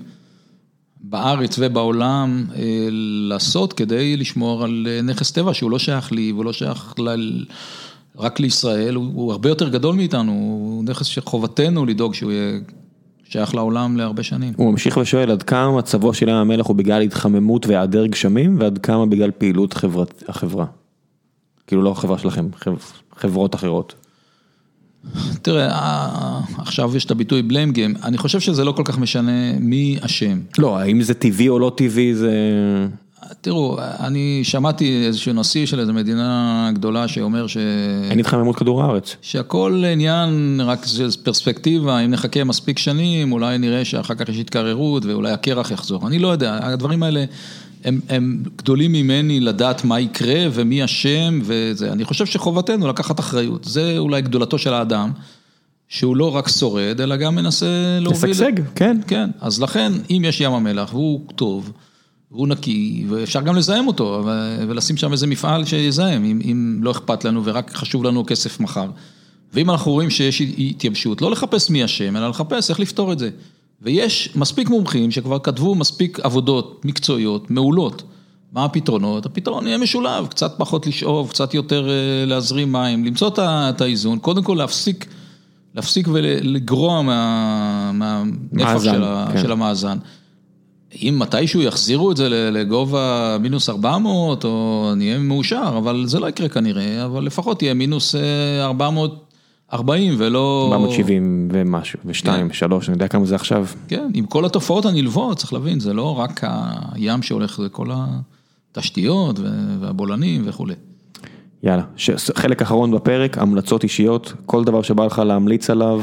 בארץ ובעולם לעשות כדי לשמור על נכס טבע שהוא לא שייך לי, והוא לא שייך ל... רק לישראל, הוא, הוא הרבה יותר גדול מאיתנו, הוא נכס שחובתנו לדאוג שהוא יהיה שייך לעולם להרבה שנים. הוא ממשיך ושואל עד כמה מצבו של ים המלח הוא בגלל התחממות והיעדר גשמים, ועד כמה בגלל פעילות חברת, החברה. כאילו לא החברה שלכם, חברות אחרות. תראה, עכשיו יש את הביטוי blame game, אני חושב שזה לא כל כך משנה מי אשם. לא, האם זה טבעי או לא טבעי זה... תראו, אני שמעתי איזשהו נשיא של איזו מדינה גדולה שאומר ש... אין התחממות כדור הארץ. שהכל עניין רק פרספקטיבה, אם נחכה מספיק שנים, אולי נראה שאחר כך יש התקררות ואולי הקרח יחזור. אני לא יודע, הדברים האלה הם, הם גדולים ממני לדעת מה יקרה ומי אשם וזה. אני חושב שחובתנו לקחת אחריות. זה אולי גדולתו של האדם, שהוא לא רק שורד, אלא גם מנסה להוביל... לשגשג, כן. כן, אז לכן, אם יש ים המלח והוא טוב, והוא נקי, ואפשר גם לזהם אותו, ולשים שם איזה מפעל שיזהם, אם, אם לא אכפת לנו ורק חשוב לנו כסף מחר. ואם אנחנו רואים שיש התייבשות, לא לחפש מי השם, אלא לחפש איך לפתור את זה. ויש מספיק מומחים שכבר כתבו מספיק עבודות מקצועיות, מעולות. מה הפתרונות? הפתרון יהיה משולב, קצת פחות לשאוב, קצת יותר להזרים מים, למצוא את האיזון, קודם כל להפסיק, להפסיק ולגרוע מה, מהנפח של, כן. של המאזן. אם מתישהו יחזירו את זה לגובה מינוס ארבע מאות, או נהיה מאושר, אבל זה לא יקרה כנראה, אבל לפחות יהיה מינוס ארבע מאות ארבעים ולא... ארבע מאות שבעים ומשהו, ושתיים, שלוש, אני יודע כמה זה עכשיו. כן, עם כל התופעות הנלוות, צריך להבין, זה לא רק הים שהולך, זה כל התשתיות והבולנים וכו'. יאללה, חלק אחרון בפרק, המלצות אישיות, כל דבר שבא לך להמליץ עליו,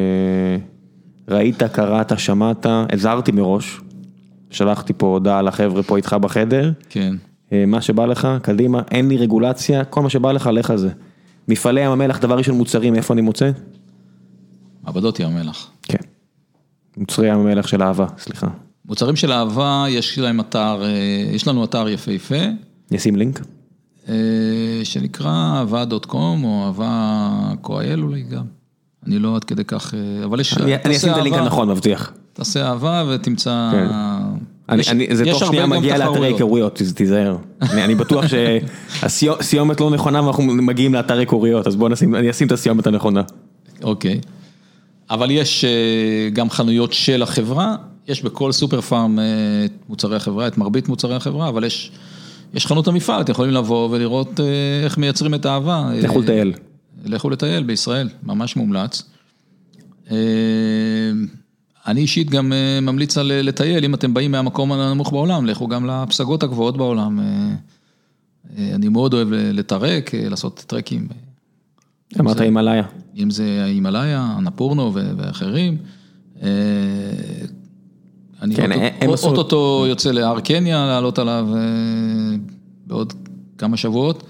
ראית, קראת, שמעת, הזהרתי מראש, שלחתי פה הודעה לחבר'ה פה איתך בחדר, כן. מה שבא לך, קדימה, אין לי רגולציה, כל מה שבא לך, לך על זה. מפעלי ים המלח, דבר ראשון מוצרים, איפה אני מוצא? מעבדות ים המלח. כן. מוצרי ים המלח של אהבה, סליחה. מוצרים של אהבה, יש להם אתר, יש לנו אתר יפהפה. נשים לינק? שנקרא אהבה דוט קום, או אהבה קו.איי.אל אולי גם. אני לא עד כדי כך, אבל יש... אני אשים את הלינק הנכון, מבטיח. תעשה אהבה ותמצא... זה תוך שנייה מגיע לאתרי היכרויות, תיזהר. אני בטוח שהסיומת לא נכונה ואנחנו מגיעים לאתרי היכרויות, אז בואו אני אשים את הסיומת הנכונה. אוקיי. אבל יש גם חנויות של החברה, יש בכל סופר פארם מוצרי החברה, את מרבית מוצרי החברה, אבל יש יש חנות המפעל, אתם יכולים לבוא ולראות איך מייצרים את האהבה. לכו לטייל. לכו לטייל בישראל, ממש מומלץ. אני אישית גם ממליץ על לטייל, אם אתם באים מהמקום הנמוך בעולם, לכו גם לפסגות הגבוהות בעולם. אני מאוד אוהב לטרק, לעשות טרקים. אמרת הימלאיה. אם זה הימלאיה, אנפורנו ואחרים. אני אוטוטו יוצא להר קניה, לעלות עליו בעוד כמה שבועות.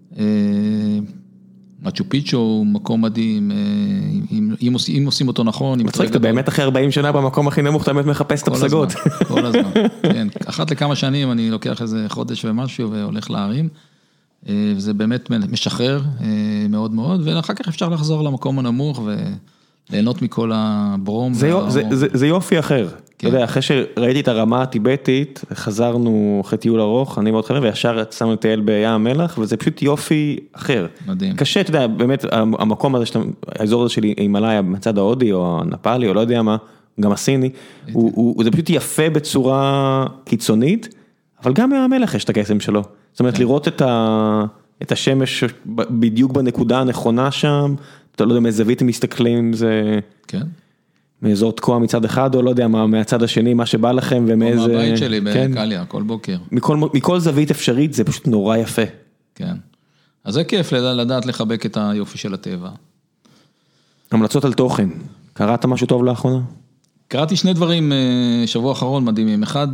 מצ'ו פיצ'ו הוא מקום מדהים, אם עושים אותו נכון. מצחיק, אתה באמת אחרי ארבעים שנה במקום הכי נמוך, אתה באמת מחפש את הפסגות. כל הזמן, כן. אחת לכמה שנים אני לוקח איזה חודש ומשהו והולך להרים, וזה באמת משחרר מאוד מאוד, ואחר כך אפשר לחזור למקום הנמוך וליהנות מכל הברום. זה יופי אחר. אתה יודע, אחרי שראיתי את הרמה הטיבטית, חזרנו אחרי טיול ארוך, אני מאוד חבר, וישר שמנו לטייל בים המלח, וזה פשוט יופי אחר. מדהים. קשה, אתה יודע, באמת, המקום הזה, האזור הזה שלי, הימלאיה, מצד ההודי, או הנפאלי, או לא יודע מה, גם הסיני, זה פשוט יפה בצורה קיצונית, אבל גם בים המלח יש את הקסם שלו. זאת אומרת, לראות את השמש בדיוק בנקודה הנכונה שם, אתה לא יודע מאיזה זווית הם מסתכלים, זה... כן. מאזור תקוע מצד אחד, או לא יודע מה, מהצד השני, מה שבא לכם, ומאיזה... או מהבית שלי בקליה, כל בוקר. מכל, מכל זווית אפשרית, זה פשוט נורא יפה. כן. אז זה כיף לדעת לחבק את היופי של הטבע. המלצות על תוכן. קראת משהו טוב לאחרונה? קראתי שני דברים שבוע אחרון מדהימים. אחד,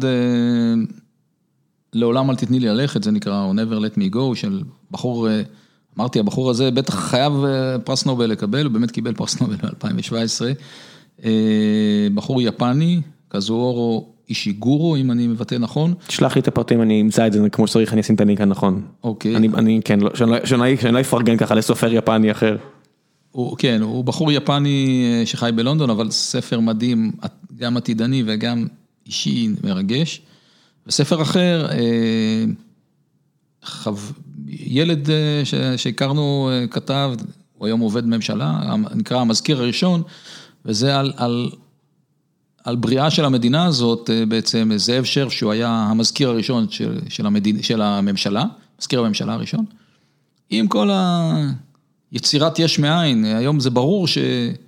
לעולם אל תתני לי ללכת, זה נקרא או Never Let Me Go, של בחור, אמרתי, הבחור הזה בטח חייב פרס נובל לקבל, הוא באמת קיבל פרס נובל ב-אלפיים שבע עשרה, בחור יפני, קזואורו אישיגורו, אם אני מבטא נכון. תשלח לי את הפרטים, אני אמצא את זה כמו שצריך, אני אשים את הלינק הנכון. אוקיי. אני, אני, כן, שאני לא אפרגן ככה לסופר יפני אחר. הוא, כן, הוא בחור יפני שחי בלונדון, אבל ספר מדהים, גם עתידני וגם אישי מרגש. וספר אחר, חו... ילד שהכרנו כתב, הוא היום עובד ממשלה, נקרא המזכיר הראשון, וזה על, על, על בריאה של המדינה הזאת, בעצם זאב שרף, שהוא היה המזכיר הראשון של, של, המדין, של הממשלה, מזכיר הממשלה הראשון, עם כל היצירת יש מאין, היום זה ברור ש...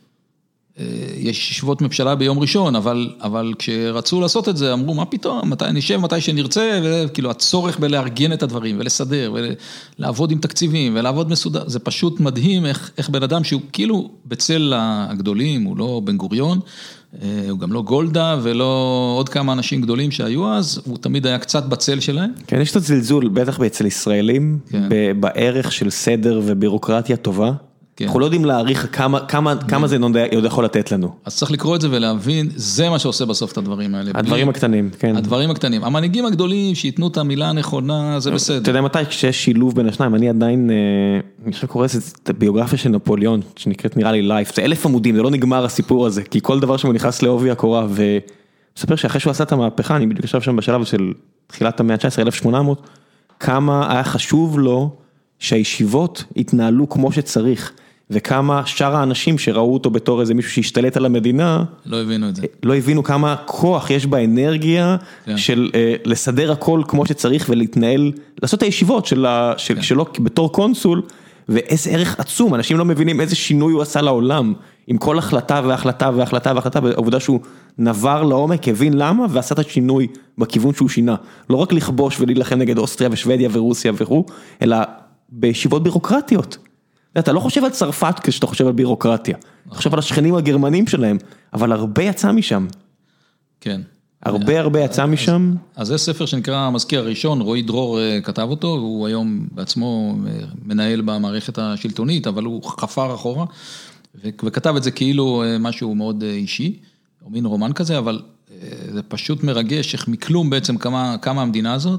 יש ישיבות ממשלה ביום ראשון, אבל, אבל כשרצו לעשות את זה, אמרו, מה פתאום, מתי נשב, מתי שנרצה, וכאילו הצורך בלארגן את הדברים, ולסדר, ולעבוד עם תקציבים, ולעבוד מסודר, זה פשוט מדהים איך, איך בן אדם שהוא כאילו בצל הגדולים, הוא לא בן גוריון, הוא גם לא גולדה, ולא עוד כמה אנשים גדולים שהיו אז, הוא תמיד היה קצת בצל שלהם. כן, יש את הזלזול, בטח אצל ישראלים, כן. בערך של סדר ובירוקרטיה טובה, כן. אנחנו לא יודעים להעריך כמה, כמה, כמה זה עוד יכול לתת לנו. אז צריך לקרוא את זה ולהבין, זה מה שעושה בסוף את הדברים האלה. הדברים הקטנים, כן. הדברים הקטנים. המנהיגים הגדולים שיתנו את המילה הנכונה, זה בסדר. אתה יודע מתי, כשיש שילוב בין השניים, אני עדיין, אני חושב קורא את הביוגרפיה של נפוליאון, שנקראת נראה לי לייף, זה אלף עמודים, זה לא נגמר הסיפור הזה, כי כל דבר שהוא נכנס לעובי הקורה, ומספר שאחרי שהוא עשה את המהפכה, אני בדיוק ישב שם בשלב של תחילת המאה ה-תשע עשרה, אלף ושמונה מאות, כמה היה חשוב לו שהישיבות יתנהלו כמו שצריך. וכמה שאר האנשים שראו אותו בתור איזה מישהו שהשתלט על המדינה, לא הבינו את זה. לא הבינו כמה כוח יש באנרגיה כן. של אה, לסדר הכל כמו שצריך ולהתנהל, לעשות את הישיבות של, של, כן. שלו בתור קונסול, ואיזה ערך עצום, אנשים לא מבינים איזה שינוי הוא עשה לעולם, עם כל החלטה והחלטה והחלטה והחלטה, בעובדה שהוא נבר לעומק, הבין למה, ועשה את השינוי בכיוון שהוא שינה. לא רק לכבוש ולהילחם נגד אוסטריה ושוודיה ורוסיה וכו', אלא בישיבות בירוקרטיות. אתה לא חושב על צרפת כשאתה חושב על בירוקרטיה, אתה חושב על השכנים הגרמנים שלהם, אבל הרבה יצא משם. כן. הרבה הרבה יצא משם. אז זה ספר שנקרא המזכיר הראשון, רועי דרור כתב אותו, הוא היום בעצמו מנהל במערכת השלטונית, אבל הוא חפר אחורה, וכתב את זה כאילו משהו מאוד אישי, או מין רומן כזה, אבל זה פשוט מרגש, איך מכלום בעצם קמה, קמה המדינה הזאת,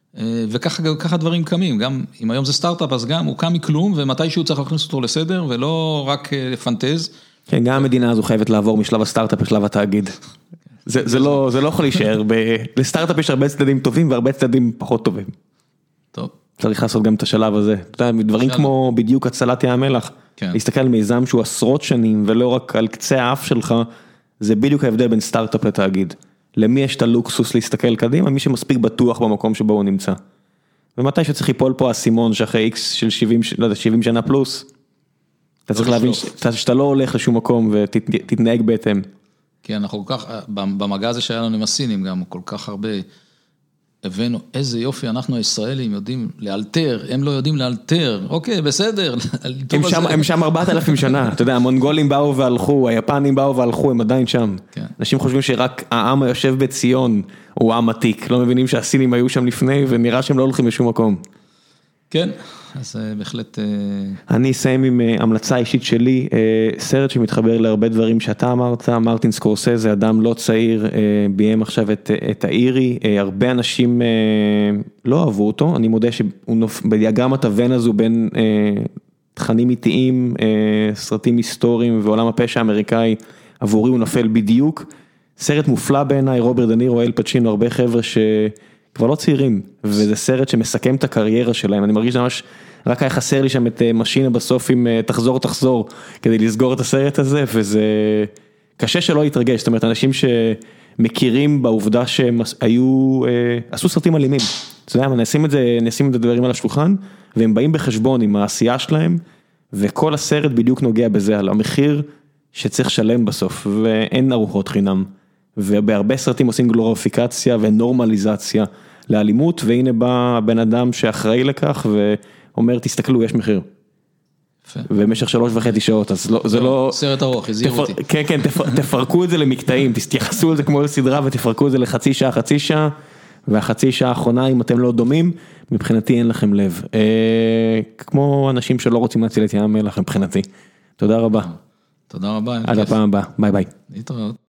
וככה דברים קמים, גם אם היום זה סטארט-אפ, אז גם הוא קם מכלום, ומתישהו צריך להכניס אותו לסדר, ולא רק לפנטז. כן, גם המדינה הזו חייבת לעבור משלב הסטארט-אפ לשלב התאגיד. זה לא יכול להישאר, לסטארט-אפ יש הרבה צדדים טובים, והרבה צדדים פחות טובים. טוב. צריך לעשות גם את השלב הזה. אתה יודע, דברים כמו בדיוק הצלת ים המלח, להסתכל על מיזם שהוא עשרות שנים, ולא רק על קצה האף שלך, זה בדיוק ההבדל בין סטארט-אפ לתאגיד. למי יש את הלוקסוס להסתכל קדימה? מי שמספיק בטוח במקום שבו הוא נמצא. ומתי שצריך ליפול פה הסימון שאחרי איקס של שבעים, לא יודע, שבעים שנה פלוס, אתה צריך להבין שאתה לא הולך לשום מקום ותתנהג בהתאם. כי אנחנו כל כך, במגע הזה שהיה לנו עם הסינים גם, כל כך הרבה, הבאנו איזה יופי, אנחנו הישראלים יודעים לאלתר, הם לא יודעים לאלתר, אוקיי, בסדר. הם שם, הם שם ארבעת אלפים שנה, אתה יודע, המונגולים באו והלכו, היפנים באו והלכו, הם עדיין שם. כן. אנשים חושבים שרק העם היושב בציון הוא עם עתיק, לא מבינים שהסינים היו שם לפני, ונראה שהם לא הולכים לשום מקום. כן, אז בהחלט... אני אסיים עם המלצה אישית שלי, סרט שמתחבר להרבה דברים שאתה אמרת, מרטין סקורסזה, אדם לא צעיר, ביים עכשיו את, את האירי, הרבה אנשים לא אהבו אותו, אני מודה שבדיאגרמת הוון הזו בין תכנים איטיים, סרטים היסטוריים ועולם הפשע האמריקאי, עבורי הוא נופל בדיוק, סרט מופלא בעיניי, רוברט דנירו, אל פצ'ינו, הרבה חבר'ה ש... כבר לא צעירים, וזה סרט שמסכם את הקריירה שלהם, אני מרגיש ממש, רק היה חסר לי שם את משינה בסוף עם תחזור תחזור, כדי לסגור את הסרט הזה, וזה קשה שלא להתרגש, זאת אומרת, אנשים שמכירים בעובדה שהם היו, עשו סרטים אלימים, אתה יודע, נשים את זה, נשים את הדברים על השולחן, והם באים בחשבון עם העשייה שלהם, וכל הסרט בדיוק נוגע בזה, על המחיר שצריך שלם בסוף, ואין ארוחות חינם. ובהרבה סרטים עושים גלוריפיקציה ונורמליזציה לאלימות, והנה בא בן אדם שאחראי לכך, ואומר, תסתכלו, יש מחיר. ובמשך שלוש וחצי שעות, אז זה לא... סרט ארוך, הזהירו אותי. כן, כן, תפרקו את זה למקטעים, תתייחסו את זה כמו לסדרה, ותפרקו את זה לחצי שעה, חצי שעה, והחצי שעה האחרונה, אם אתם לא דומים, מבחינתי אין לכם לב. כמו אנשים שלא רוצים להציל את ים המלח, מבחינתי. תודה רבה. תודה רבה. עד הפעם הבאה, ביי ביי. להתראות.